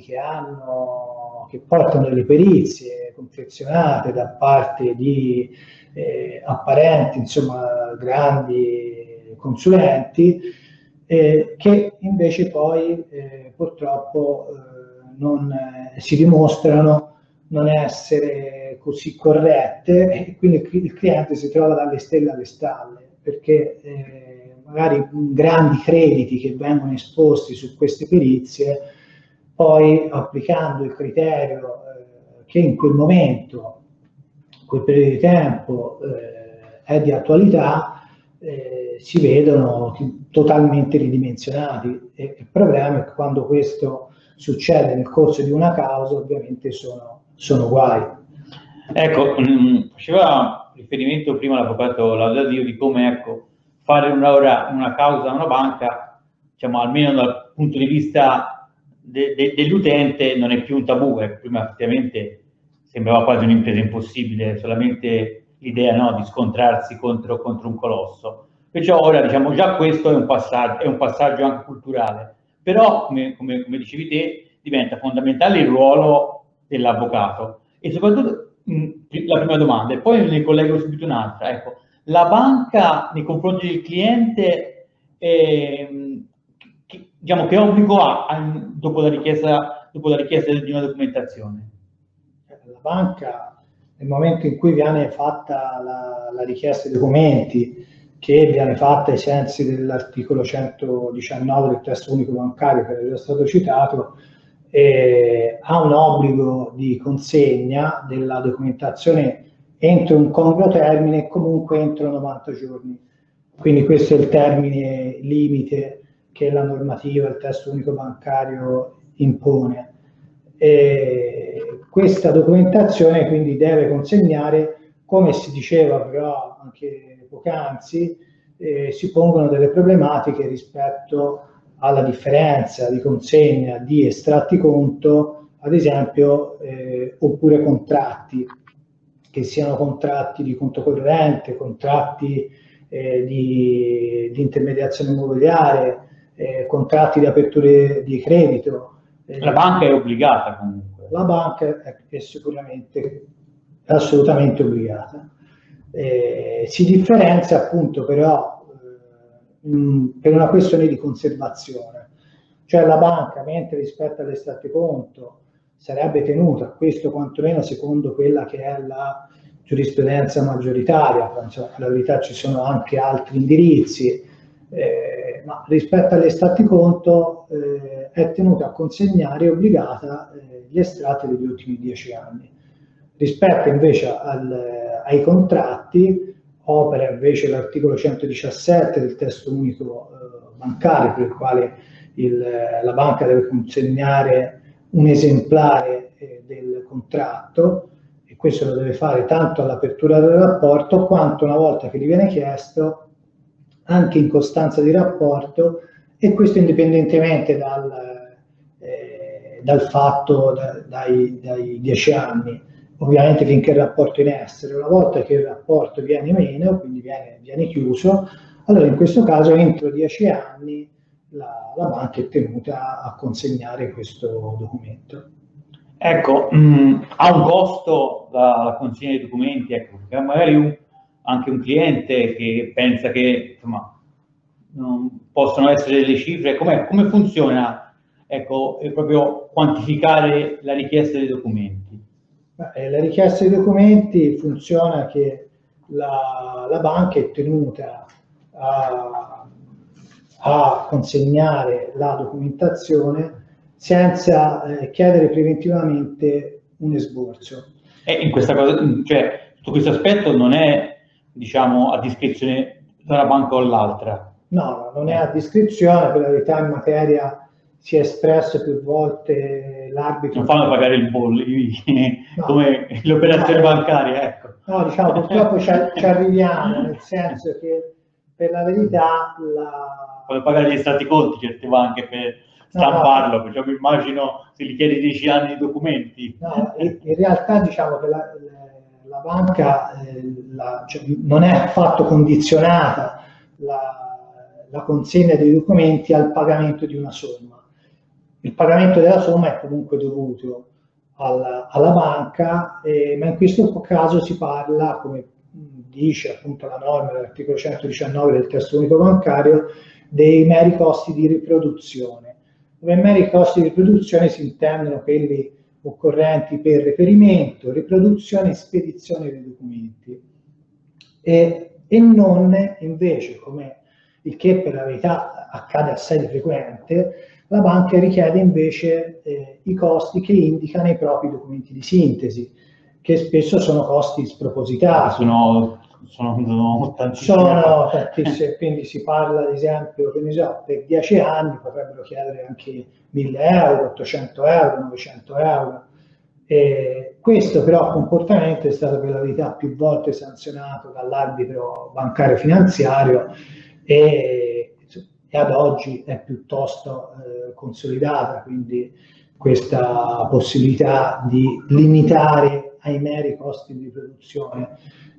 Speaker 4: che portano delle perizie confezionate da parte di apparenti, insomma, grandi consulenti, che invece poi purtroppo non si dimostrano non essere così corrette, e quindi il cliente si trova dalle stelle alle stalle, perché magari grandi crediti che vengono esposti su queste perizie, poi applicando il criterio che in quel momento, quel periodo di tempo è di attualità, si vedono totalmente ridimensionati, e il problema è che quando questo succede nel corso di una causa ovviamente sono guai.
Speaker 1: Ecco, faceva riferimento prima l'avvocato Laudadio di come fare una causa a una banca, diciamo, almeno dal punto di vista dell'utente non è più un tabù. Prima effettivamente sembrava quasi un'impresa impossibile, solamente l'idea, no, di scontrarsi contro un colosso. Perciò ora, diciamo, già questo è un passaggio anche culturale, però come dicevi te, diventa fondamentale il ruolo dell'avvocato. E soprattutto la prima domanda, e poi ne collego subito un'altra. Ecco, la banca nei confronti del cliente, diciamo, che obbligo ha dopo la richiesta di una documentazione?
Speaker 4: La banca nel momento in cui viene fatta la richiesta dei documenti, che viene fatta ai sensi dell'articolo 119 del testo unico bancario, che era già stato citato, ha un obbligo di consegna della documentazione entro un congruo termine e comunque entro 90 giorni. Quindi questo è il termine limite che la normativa, il testo unico bancario impone. Questa documentazione quindi deve consegnare, come si diceva però anche poc'anzi, si pongono delle problematiche rispetto alla differenza di consegna di estratti conto, ad esempio, oppure contratti, che siano contratti di conto corrente, contratti di intermediazione immobiliare, contratti di aperture di credito.
Speaker 1: La banca è obbligata comunque.
Speaker 4: La banca è sicuramente assolutamente obbligata. Si differenzia appunto però per una questione di conservazione, cioè la banca, mentre rispetto all'estratto conto sarebbe tenuta, questo quantomeno secondo quella che è la giurisprudenza maggioritaria, insomma, in verità ci sono anche altri indirizzi, ma rispetto all'estratto conto è tenuta a consegnare, è obbligata gli estratti degli ultimi 10 anni. Rispetto invece ai contratti, opera invece l'articolo 117 del testo unico bancario, per il quale la banca deve consegnare un esemplare del contratto, e questo lo deve fare tanto all'apertura del rapporto quanto una volta che gli viene chiesto anche in costanza di rapporto, e questo indipendentemente dal fatto dai 10 anni, ovviamente finché il rapporto è in essere. Una volta che il rapporto viene meno, quindi viene chiuso, allora in questo caso entro 10 anni la banca è tenuta a consegnare questo documento.
Speaker 1: Ecco, ha un costo la consegna dei documenti, ecco, perché magari anche un cliente che pensa che insomma non possono essere delle cifre, come funziona, ecco, proprio quantificare la richiesta dei documenti?
Speaker 4: La richiesta dei documenti funziona che la banca è tenuta a consegnare la documentazione senza chiedere preventivamente un esborso.
Speaker 1: E in questa cosa, cioè, su questo aspetto non è, diciamo, a discrezione da una banca o l'altra?
Speaker 4: No, non è a discrezione, per la verità in materia si è espresso più volte l'arbitro.
Speaker 1: Non fanno pagare il bollo, no, come le operazioni bancarie, ecco.
Speaker 4: No, diciamo, purtroppo ci arriviamo, nel senso che per la verità
Speaker 1: come pagare gli estratti conti certe banche per stamparlo, perciò mi immagino se gli chiedi 10 anni di documenti.
Speaker 4: No, in realtà diciamo che la banca cioè, non è affatto condizionata la consegna dei documenti al pagamento di una somma. Il pagamento della somma è comunque dovuto alla banca, ma in questo caso si parla, come dice appunto la norma dell'articolo 119 del testo unico bancario, dei meri costi di riproduzione. Dove meri costi di riproduzione si intendono quelli occorrenti per reperimento, riproduzione e spedizione dei documenti, e non invece, come il che per la verità accade assai di frequente, la banca richiede invece i costi che indica nei propri documenti di sintesi, che spesso sono costi spropositati.
Speaker 1: Sono tantissimi.
Speaker 4: Sono tantissimi, quindi si parla ad esempio, che ne so, per 10 anni potrebbero chiedere anche 1.000 euro, 800 euro, 900 euro. Questo però comportamento è stato per la verità più volte sanzionato dall'arbitro bancario finanziario e ad oggi è piuttosto consolidata, quindi questa possibilità di limitare ai meri costi di produzione,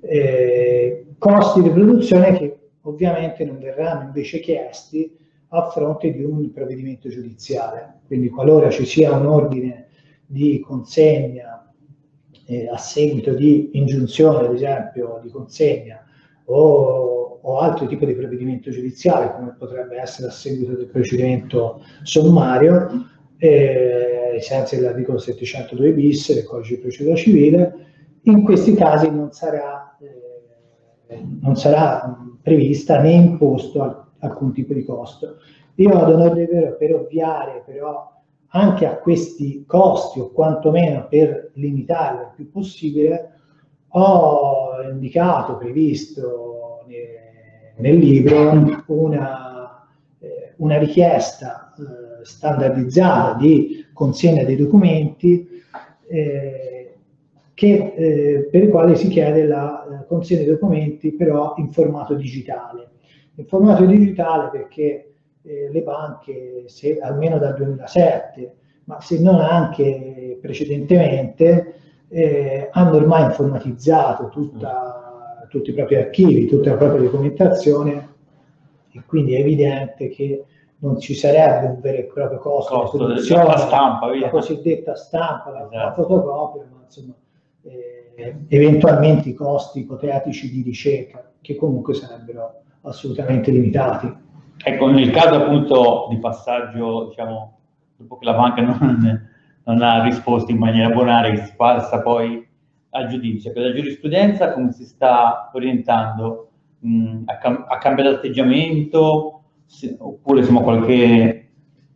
Speaker 4: costi di produzione che ovviamente non verranno invece chiesti a fronte di un provvedimento giudiziale. Quindi qualora ci sia un ordine di consegna a seguito di ingiunzione, ad esempio, di consegna o altro tipo di provvedimento giudiziale, come potrebbe essere a seguito del procedimento sommario, ai sensi dell'articolo 702 bis del codice di procedura civile, In questi casi non sarà prevista né imposto alcun tipo di costo. Io ad onore del vero, per ovviare però anche a questi costi, o quantomeno per limitarli il più possibile, ho indicato, previsto nel libro, una richiesta standardizzata di consegna dei documenti per i quali si chiede la consegna dei documenti però in formato digitale. In formato digitale perché le banche, almeno dal 2007, ma se non anche precedentemente, hanno ormai informatizzato tutti i propri archivi, tutta la propria documentazione, e quindi è evidente che non ci sarebbe un vero e proprio costo di produzione,
Speaker 1: la stampa,
Speaker 4: la cosiddetta stampa, la fotocopia, ma insomma eventualmente i costi ipotetici di ricerca, che comunque sarebbero assolutamente limitati.
Speaker 1: Ecco, nel caso appunto di passaggio, diciamo, dopo che la banca non ha risposto in maniera bonaria, che si passa poi al giudizio, per la giurisprudenza come si sta orientando? Ha cambiato atteggiamento? Oppure insomma qualche...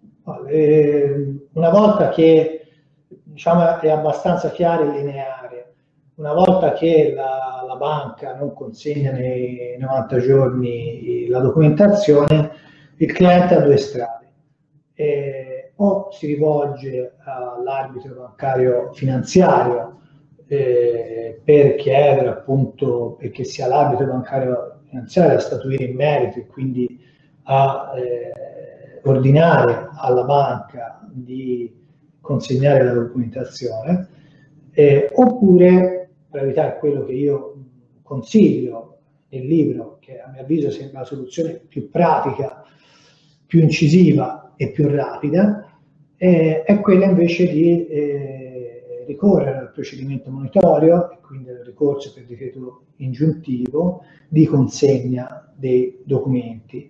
Speaker 4: Una volta che diciamo è abbastanza chiaro e lineare, una volta che la banca non consegna nei 90 giorni la documentazione, il cliente ha due strade: o si rivolge all'arbitro bancario finanziario per chiedere appunto, perché sia l'arbitro bancario finanziario a statuire in merito e quindi a ordinare alla banca di consegnare la documentazione, oppure, per evitare quello che io consiglio nel libro, che a mio avviso sembra la soluzione più pratica, più incisiva e più rapida, è quella invece di ricorrere al procedimento monitorio, e quindi al ricorso per decreto ingiuntivo di consegna dei documenti.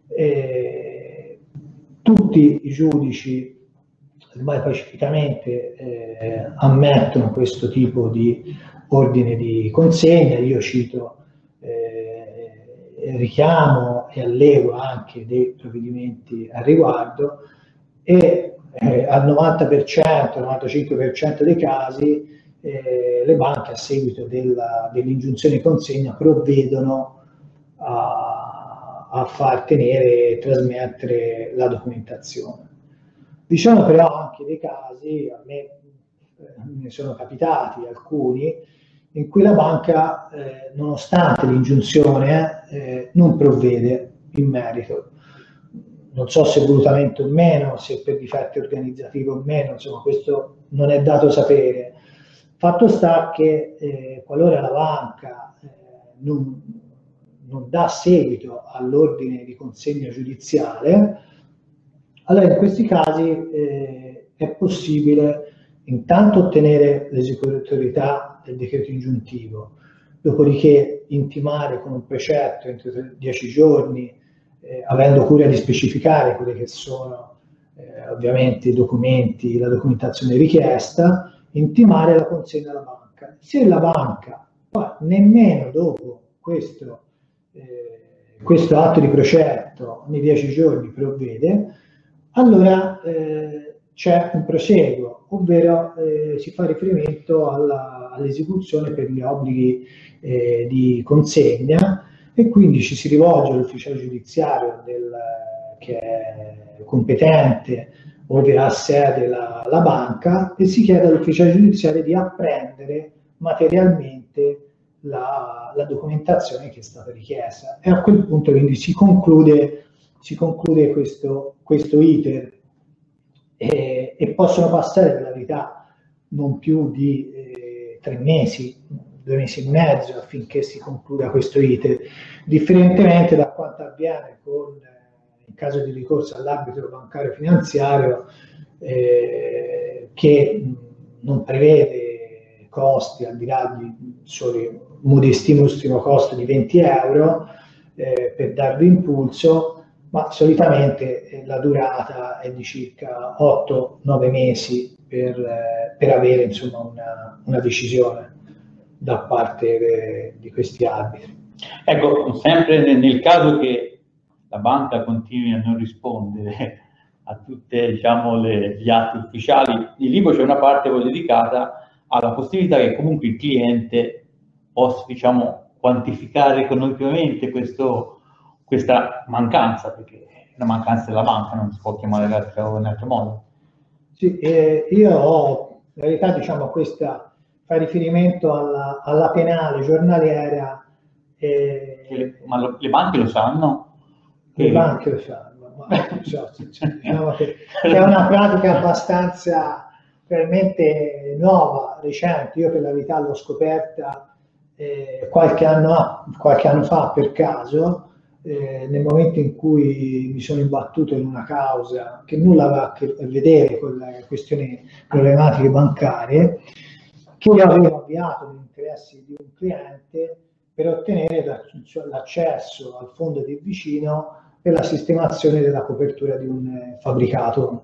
Speaker 4: Tutti i giudici ormai pacificamente ammettono questo tipo di ordine di consegna. Io cito, richiamo e allego anche dei provvedimenti al riguardo, e al 90%, 95% dei casi le banche, a seguito dell'ingiunzione di consegna, provvedono a far tenere e trasmettere la documentazione. Diciamo però anche dei casi, a me ne sono capitati alcuni, in cui la banca, nonostante l'ingiunzione, non provvede in merito. Non so se volutamente o meno, se per difetti organizzativi o meno, insomma questo non è dato sapere. Fatto sta che qualora la banca non dà seguito all'ordine di consegna giudiziale, allora in questi casi è possibile intanto ottenere l'esecutorietà del decreto ingiuntivo, dopodiché intimare con un precetto entro 10 giorni, avendo cura di specificare quelli che sono ovviamente i documenti, la documentazione richiesta, intimare la consegna alla banca. Se la banca nemmeno dopo questo atto di precetto nei 10 giorni provvede, allora c'è un proseguo, ovvero si fa riferimento all'esecuzione per gli obblighi di consegna, e quindi ci si rivolge all'ufficiale giudiziario che è competente ove ha sede la banca, e si chiede all'ufficiale giudiziario di apprendere materialmente la documentazione che è stata richiesta, e a quel punto quindi si conclude questo iter, e possono passare per la verità non più di 3 mesi, 2 mesi e mezzo affinché si concluda questo iter, differentemente da quanto avviene in caso di ricorso all'arbitro bancario finanziario, che non prevede costi al di là di soli modestissimo costo di 20 euro per darvi impulso, ma solitamente la durata è di circa 8-9 mesi per avere insomma una decisione. da parte di questi arbitri.
Speaker 1: Ecco, sempre nel caso che la banca continui a non rispondere a tutti, diciamo, gli atti ufficiali, nel libro c'è una parte poi dedicata alla possibilità che comunque il cliente possa, diciamo, quantificare economicamente questa mancanza, perché è una mancanza della banca, non si può chiamare in altro modo.
Speaker 4: Sì, io ho, in realtà, diciamo, questa fa riferimento alla penale giornaliera.
Speaker 1: Ma le banche lo sanno?
Speaker 4: Le banche lo sanno, ma diciamo che è una pratica abbastanza probabilmente nuova, recente. Io per la verità l'ho scoperta qualche anno fa per caso, nel momento in cui mi sono imbattuto in una causa che nulla aveva a che vedere con le questioni problematiche bancarie, che io avevo avviato negli interessi di un cliente per ottenere l'accesso al fondo del vicino per la sistemazione della copertura di un fabbricato.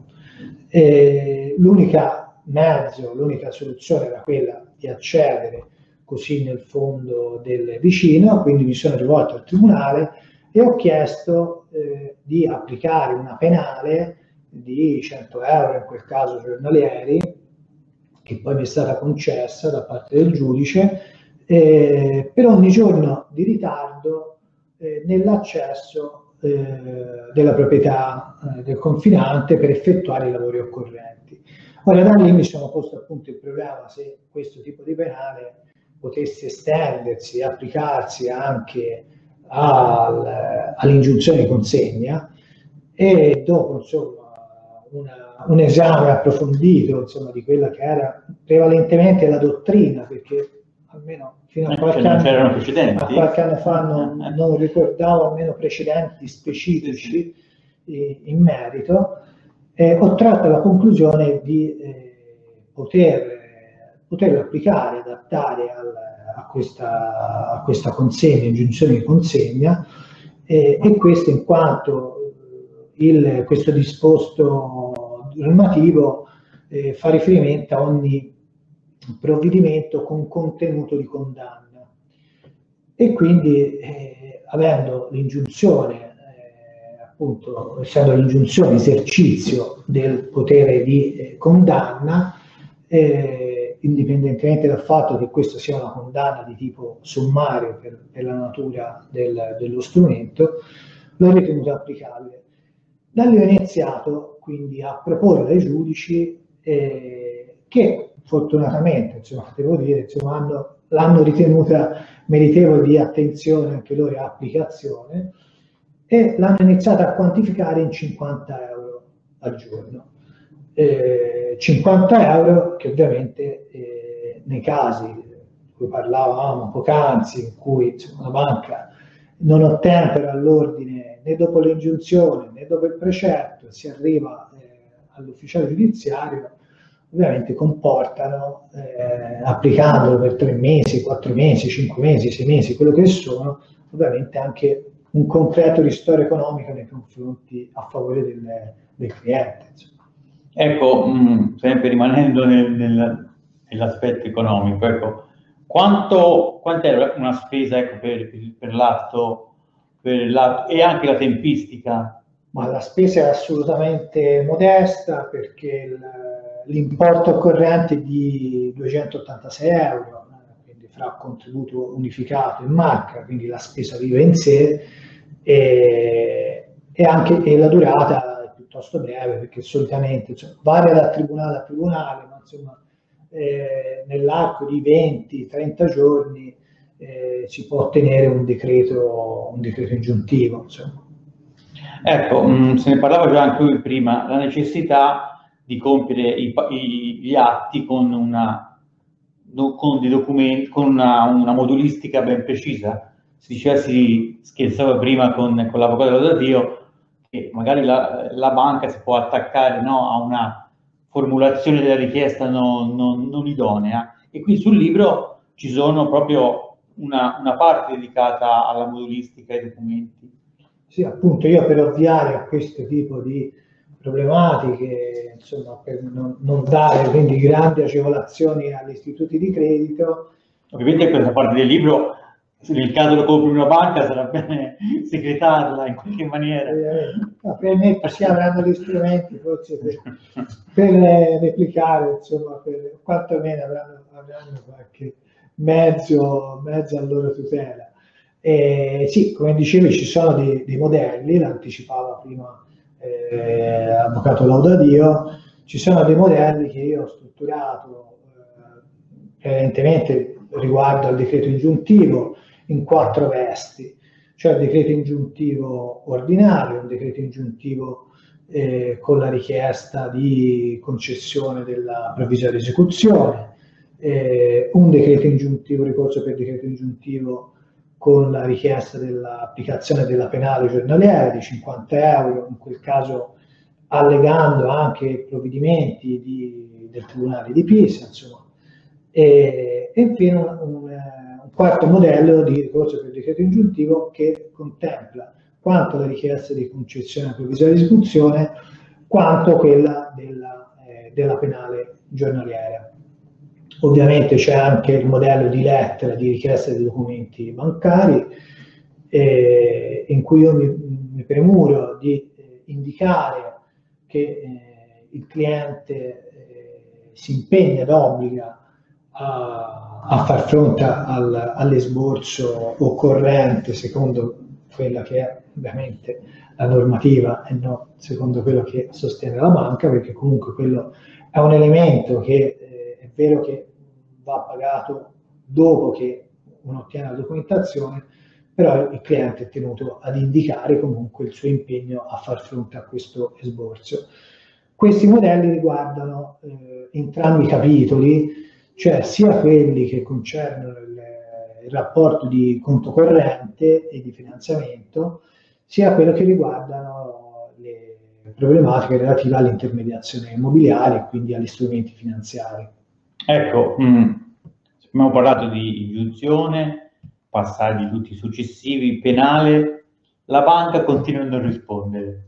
Speaker 4: L'unica soluzione era quella di accedere così nel fondo del vicino, quindi mi sono rivolto al tribunale e ho chiesto di applicare una penale di 100 euro, in quel caso giornalieri, che poi mi è stata concessa da parte del giudice, per ogni giorno di ritardo nell'accesso della proprietà del confinante per effettuare i lavori occorrenti. Ora, da lì mi sono posto appunto il problema se questo tipo di penale potesse estendersi e applicarsi anche all'ingiunzione di consegna, e dopo, insomma, un esame approfondito, insomma, di quella che era prevalentemente la dottrina, perché almeno fino a qualche anno fa non ricordavo almeno precedenti specifici in merito, ho tratto la conclusione di poterlo applicare, adattare a questa consegna, ingiunzione di consegna, e questo in quanto questo disposto normativo fa riferimento a ogni provvedimento con contenuto di condanna, e quindi avendo l'ingiunzione, appunto, essendo l'ingiunzione esercizio del potere di condanna, indipendentemente dal fatto che questo sia una condanna di tipo sommario per la natura dello strumento, l'ho ritenuto applicabile. Da lì ho iniziato quindi a proporre ai giudici che fortunatamente, insomma, devo dire, insomma, l'hanno ritenuta meritevole di attenzione anche loro e applicazione, e l'hanno iniziata a quantificare in 50 euro al giorno. 50 euro che ovviamente nei casi di cui parlavamo poc'anzi, in cui, insomma, la banca non ottempera all'ordine né dopo l'ingiunzione né dopo il precetto, si arriva all'ufficiale giudiziario, ovviamente comportano, applicandolo per 3 mesi, 4 mesi, 5 mesi, 6 mesi, quello che sono, ovviamente anche un concreto ristoro economico nei confronti a favore del cliente. Insomma.
Speaker 1: Ecco, sempre rimanendo nell'aspetto economico, ecco, quant'era una spesa, ecco, per l'atto e anche la tempistica?
Speaker 4: Ma la spesa è assolutamente modesta, perché l'importo occorrente è di 286 euro, quindi fra contributo unificato e marca, quindi la spesa viva in sé, e anche la durata è piuttosto breve, perché solitamente, insomma, varia da tribunale a tribunale, ma insomma nell'arco di 20-30 giorni si può ottenere un decreto ingiuntivo. Insomma.
Speaker 1: Ecco, se ne parlava già anche lui prima, la necessità di compiere gli atti con dei documenti, con una modulistica ben precisa. Si scherzava prima con l'avvocato Laudadio che magari la banca si può attaccare, no, a una formulazione della richiesta non idonea, e qui sul libro ci sono proprio una parte dedicata alla modulistica e ai documenti.
Speaker 4: Sì, appunto, io per ovviare a questo tipo di problematiche, insomma, per non dare quindi grandi agevolazioni agli istituti di credito,
Speaker 1: Ovviamente questa parte del libro, se nel caso lo compri una banca, sarà bene segretarla in qualche maniera.
Speaker 4: Probabilmente sì, avranno gli strumenti forse per replicare, insomma, quantomeno avranno qualche mezzo a loro tutela. Sì, come dicevi, ci sono dei modelli, l'anticipava prima l'avvocato Laudadio, ci sono dei modelli che io ho strutturato evidentemente riguardo al decreto ingiuntivo in 4 vesti, cioè il decreto ingiuntivo ordinario, un decreto ingiuntivo con la richiesta di concessione della provvisoria di esecuzione, un decreto ingiuntivo, ricorso per decreto ingiuntivo con la richiesta dell'applicazione della penale giornaliera di 50 euro, in quel caso allegando anche provvedimenti del Tribunale di Pisa, insomma. E infine un quarto modello di ricorso per decreto ingiuntivo che contempla quanto la richiesta di concessione provvisoria di esecuzione quanto quella della penale giornaliera. Ovviamente c'è anche il modello di lettera di richiesta dei documenti bancari, in cui io mi premuro di indicare che il cliente si impegna ed obbliga a far fronte all'esborso occorrente secondo quella che è ovviamente la normativa e non secondo quello che sostiene la banca, perché comunque quello è un elemento che è vero che va pagato dopo che uno ottiene la documentazione, però il cliente è tenuto ad indicare comunque il suo impegno a far fronte a questo esborso. Questi modelli riguardano entrambi i capitoli, cioè sia quelli che concernono il rapporto di conto corrente e di finanziamento, sia quello che riguardano le problematiche relative all'intermediazione immobiliare e quindi agli strumenti finanziari.
Speaker 1: Ecco, abbiamo parlato di ingiunzione, passaggi tutti successivi, penale, la banca continua a non rispondere.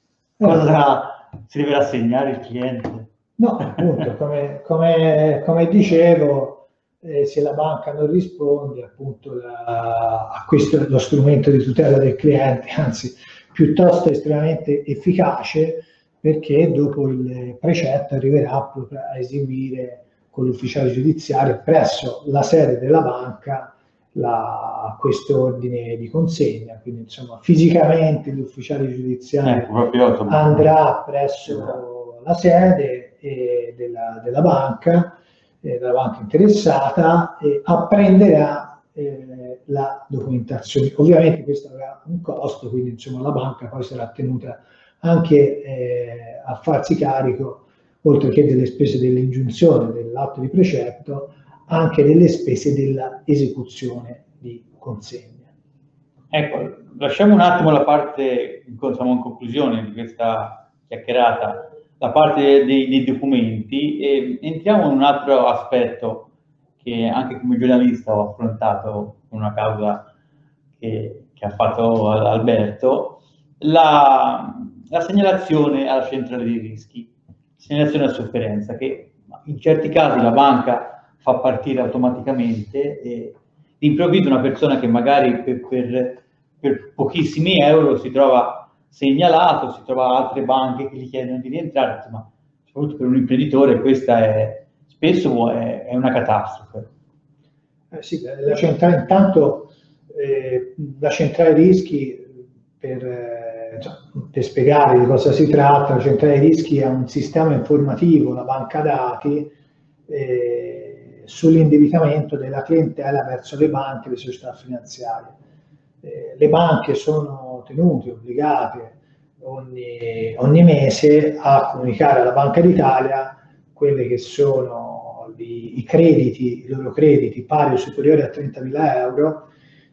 Speaker 1: Cosa si deve rassegnare il cliente?
Speaker 4: No, appunto, come dicevo, se la banca non risponde appunto a questo lo strumento di tutela del cliente, anzi piuttosto estremamente efficace, perché dopo il precetto arriverà proprio a eseguire con l'ufficiale giudiziario presso la sede della banca questo ordine di consegna. Quindi insomma fisicamente l'ufficiale giudiziario andrà presso la sede della banca interessata e apprenderà la documentazione. Ovviamente questo avrà un costo, quindi insomma la banca poi sarà tenuta anche a farsi carico, oltre che delle spese dell'ingiunzione dell'atto di precetto, anche delle spese della esecuzione di consegna.
Speaker 1: Ecco, lasciamo un attimo la parte, siamo in conclusione di questa chiacchierata, la parte dei documenti, e entriamo in un altro aspetto che anche come giornalista ho affrontato con una causa che ha fatto Alberto, la segnalazione alla centrale dei rischi, segnalazione a sofferenza, che in certi casi la banca fa partire automaticamente e d'improvviso una persona che magari per pochissimi euro si trova segnalato, si trova altre banche che gli chiedono di rientrare, insomma, soprattutto per un imprenditore questa spesso è una catastrofe.
Speaker 4: Sì, la centrale intanto, la centrale rischi, per spiegare di cosa si tratta, la centrale rischi è un sistema informativo, una banca dati sull'indebitamento della clientela verso le banche e le società finanziarie. Le banche sono tenute, obbligate ogni mese a comunicare alla Banca d'Italia quelli che sono i loro crediti pari o superiori a 30.000 euro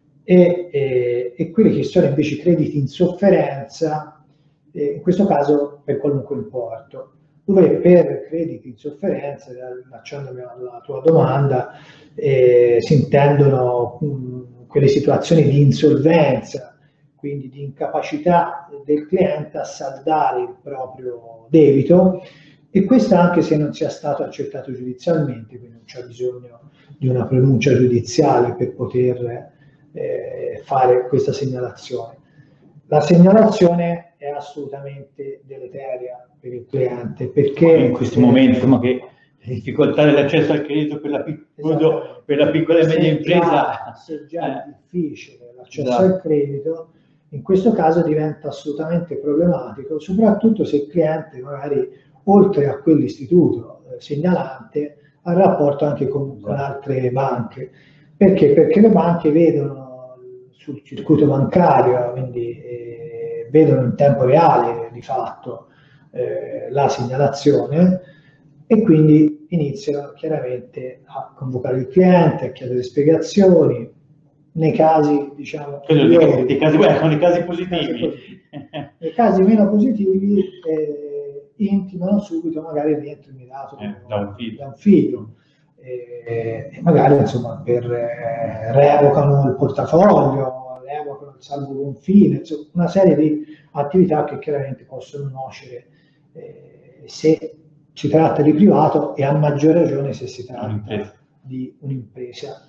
Speaker 4: e quelli che sono invece crediti in sofferenza, in questo caso per qualunque importo. Dove per crediti in sofferenza, allacciandomi alla tua domanda, si intendono quelle situazioni di insolvenza, quindi di incapacità del cliente a saldare il proprio debito, e questo anche se non sia stato accertato giudizialmente, quindi non c'è bisogno di una pronuncia giudiziale per poter fare questa segnalazione. La segnalazione è assolutamente deleteria per il cliente, perché
Speaker 1: in questo momento, insomma, che difficoltà dell'accesso al credito per la piccola e media impresa,
Speaker 4: se già è difficile l'accesso al credito, in questo caso diventa assolutamente problematico, soprattutto se il cliente magari oltre a quell'istituto segnalante ha rapporto anche con altre banche. Perché? Perché le banche vedono sul circuito bancario, quindi vedono in tempo reale di fatto la segnalazione e quindi iniziano chiaramente a convocare il cliente, a chiedere spiegazioni, nei casi, diciamo,
Speaker 1: nei casi positivi.
Speaker 4: Nei casi meno positivi intimano subito magari il rientro immediato da un figlio. E magari insomma revocano il portafoglio, revocano il salvo confine, insomma, una serie di attività che chiaramente possono nuocere se si tratta di privato e a maggior ragione se si tratta di un'impresa.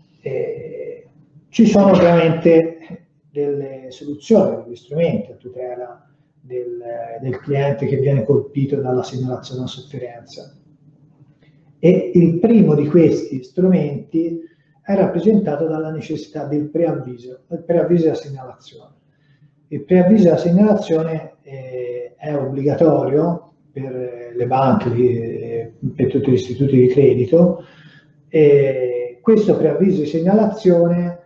Speaker 4: Ci sono ovviamente delle soluzioni, degli strumenti a tutela del cliente che viene colpito dalla segnalazione a sofferenza. E il primo di questi strumenti è rappresentato dalla necessità del preavviso, il preavviso alla segnalazione. Il preavviso alla segnalazione è obbligatorio per le banche, per tutti gli istituti di credito. Questo preavviso di segnalazione,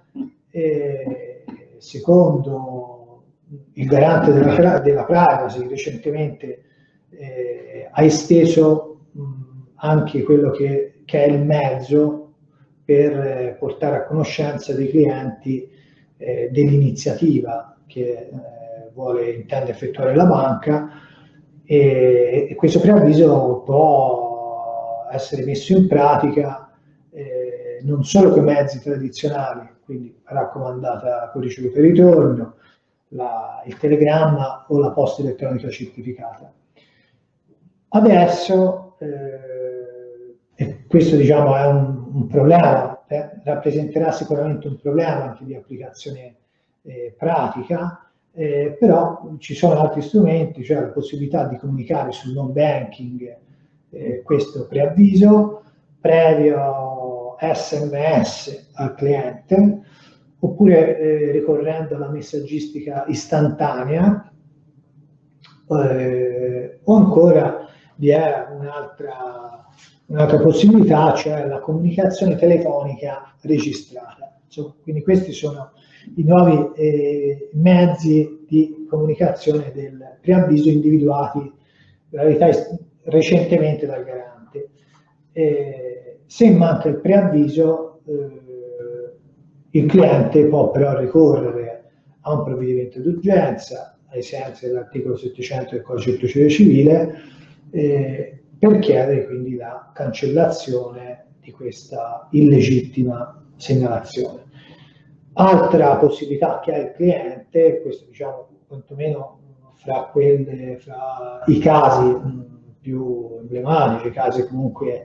Speaker 4: secondo il garante della privacy, recentemente ha esteso anche quello che è il mezzo per portare a conoscenza dei clienti dell'iniziativa che intende effettuare la banca, e questo preavviso può essere messo in pratica non solo con i mezzi tradizionali, quindi raccomandata con ricevuta e ritorno, il telegramma o la posta elettronica certificata. Adesso, e questo diciamo è un problema, rappresenterà sicuramente un problema anche di applicazione pratica, però ci sono altri strumenti, cioè la possibilità di comunicare sul non banking questo preavviso previo SMS al cliente, oppure ricorrendo alla messaggistica istantanea, o ancora vi è un'altra possibilità, cioè la comunicazione telefonica registrata. Quindi questi sono i nuovi mezzi di comunicazione del preavviso individuati recentemente dal garante. Se manca il preavviso, il cliente può però ricorrere a un provvedimento d'urgenza ai sensi dell'articolo 700 del Codice di procedura civile per chiedere quindi la cancellazione di questa illegittima segnalazione. Altra possibilità che ha il cliente, questo diciamo quantomeno fra i casi più emblematici, i casi comunque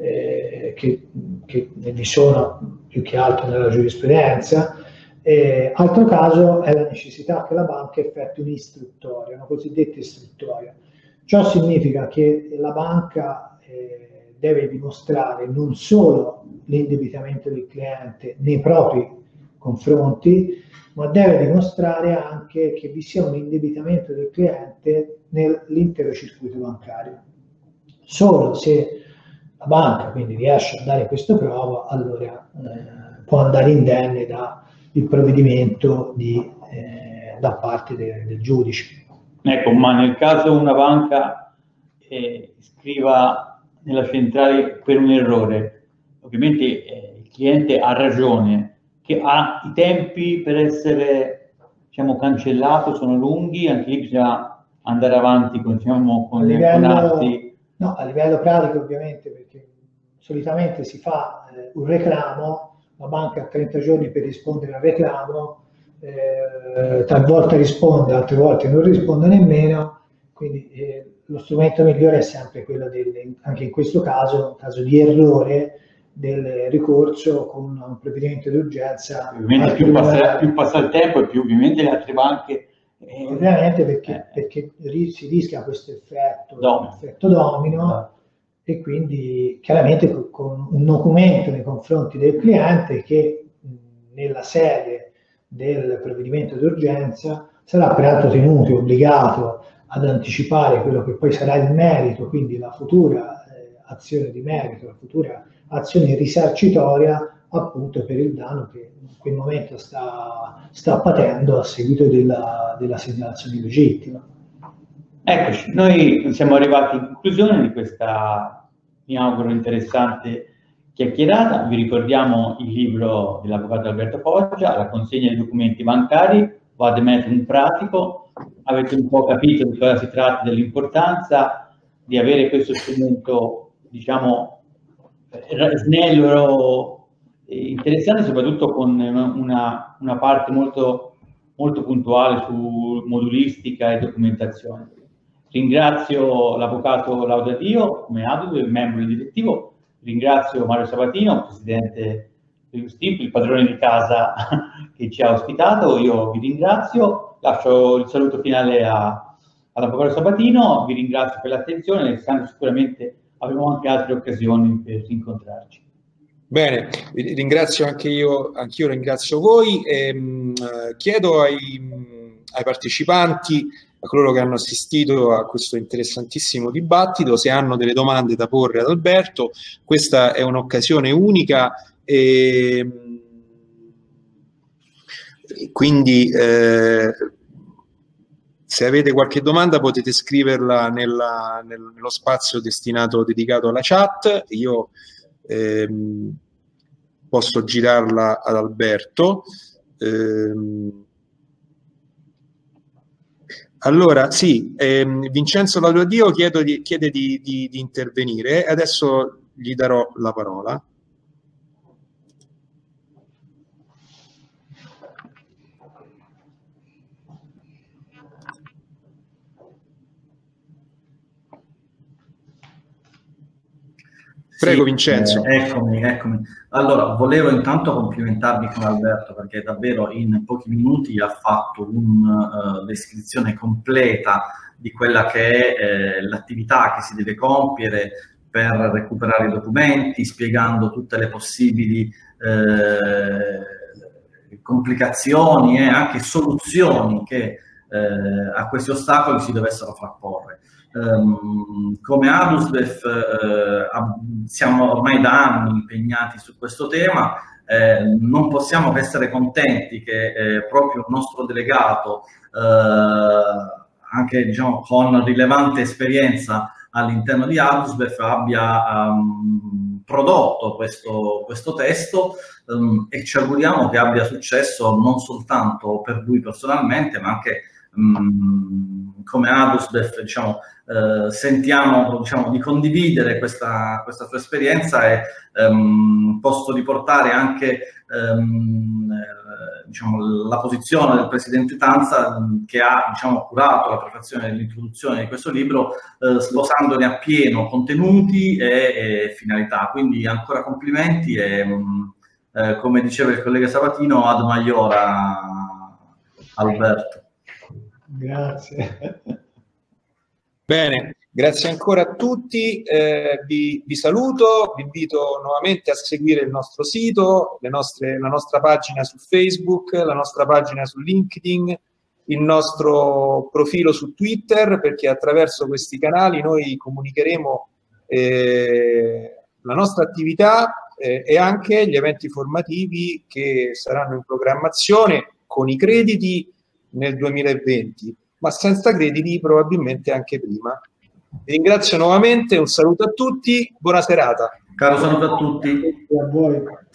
Speaker 4: che vi sono più che altro nella giurisprudenza, altro caso è la necessità che la banca effettui un'istruttoria, una cosiddetta istruttoria. Ciò significa che la banca deve dimostrare non solo l'indebitamento del cliente nei propri confronti, ma deve dimostrare anche che vi sia un indebitamento del cliente nell'intero circuito bancario. Solo se la banca quindi riesce a dare questa prova, allora può andare indenne dal provvedimento da parte del giudice.
Speaker 1: Ecco, ma nel caso una banca scriva nella centrale per un errore, ovviamente il cliente ha ragione, che ha i tempi per essere, diciamo, cancellato, sono lunghi, anche lì bisogna andare avanti con atti.
Speaker 4: No, a livello pratico ovviamente, perché solitamente si fa un reclamo, la banca ha 30 giorni per rispondere al reclamo, talvolta risponde, altre volte non risponde nemmeno, quindi lo strumento migliore è sempre quello anche in questo caso di errore, del ricorso con un provvedimento d'urgenza.
Speaker 1: Ovviamente più passa il tempo e più ovviamente le altre banche...
Speaker 4: Ovviamente perché si rischia questo effetto domino, e quindi chiaramente con un documento nei confronti del cliente che nella sede del provvedimento d'urgenza sarà peraltro tenuto e obbligato ad anticipare quello che poi sarà il merito, quindi la futura azione di merito, la futura azione risarcitoria appunto per il danno che in quel momento sta patendo a seguito della segnalazione illegittima.
Speaker 1: Eccoci, noi siamo arrivati in conclusione di questa, mi auguro, interessante chiacchierata. Vi ricordiamo il libro dell'avvocato Alberto Foggia, La consegna dei documenti bancari, Vade Metrum pratico. Avete un po' capito di cosa si tratta, dell'importanza di avere questo strumento, diciamo, snello, interessante, soprattutto con una parte molto, molto puntuale su modulistica e documentazione. Ringrazio l'avvocato Laudadio come ADUS, membro del direttivo, ringrazio Mario Sabatino, presidente dell'USTIP, il padrone di casa che ci ha ospitato. Io vi ringrazio, lascio il saluto finale all'avvocato Sabatino, vi ringrazio per l'attenzione, sicuramente avremo anche altre occasioni per incontrarci.
Speaker 2: Bene, ringrazio anch'io ringrazio voi e chiedo ai partecipanti, a coloro che hanno assistito a questo interessantissimo dibattito, se hanno delle domande da porre ad Alberto. Questa è un'occasione unica e quindi se avete qualche domanda potete scriverla nello spazio dedicato alla chat. Io posso girarla ad Alberto. Allora, sì, Vincenzo Laudadio chiede di intervenire. Adesso gli darò la parola. Prego, Vincenzo.
Speaker 3: Eccomi. Allora, volevo intanto complimentarmi con Alberto perché davvero in pochi minuti ha fatto una descrizione completa di quella che è l'attività che si deve compiere per recuperare i documenti, spiegando tutte le possibili complicazioni e anche soluzioni che a questi ostacoli si dovessero frapporre. Come ADUSBEF siamo ormai da anni impegnati su questo tema, non possiamo che essere contenti che proprio il nostro delegato, anche diciamo, con rilevante esperienza all'interno di ADUSBEF, abbia prodotto questo testo e ci auguriamo che abbia successo non soltanto per lui personalmente, ma anche come ADUSBEF, diciamo, sentiamo di condividere questa sua esperienza e posso riportare anche la posizione del presidente Tanza, che ha curato la prefazione dell'introduzione di questo libro, sposandone appieno contenuti e finalità. Quindi ancora complimenti e come diceva il collega Sabatino, ad maiora Alberto.
Speaker 4: Grazie.
Speaker 2: Bene, grazie ancora a tutti, vi saluto, vi invito nuovamente a seguire il nostro sito, la nostra pagina su Facebook, la nostra pagina su LinkedIn, il nostro profilo su Twitter, perché attraverso questi canali noi comunicheremo la nostra attività e anche gli eventi formativi che saranno in programmazione con i crediti nel 2020. Ma senza crediti probabilmente anche prima. Vi ringrazio nuovamente, un saluto a tutti, buona serata.
Speaker 3: Caro saluto a tutti.
Speaker 4: A voi.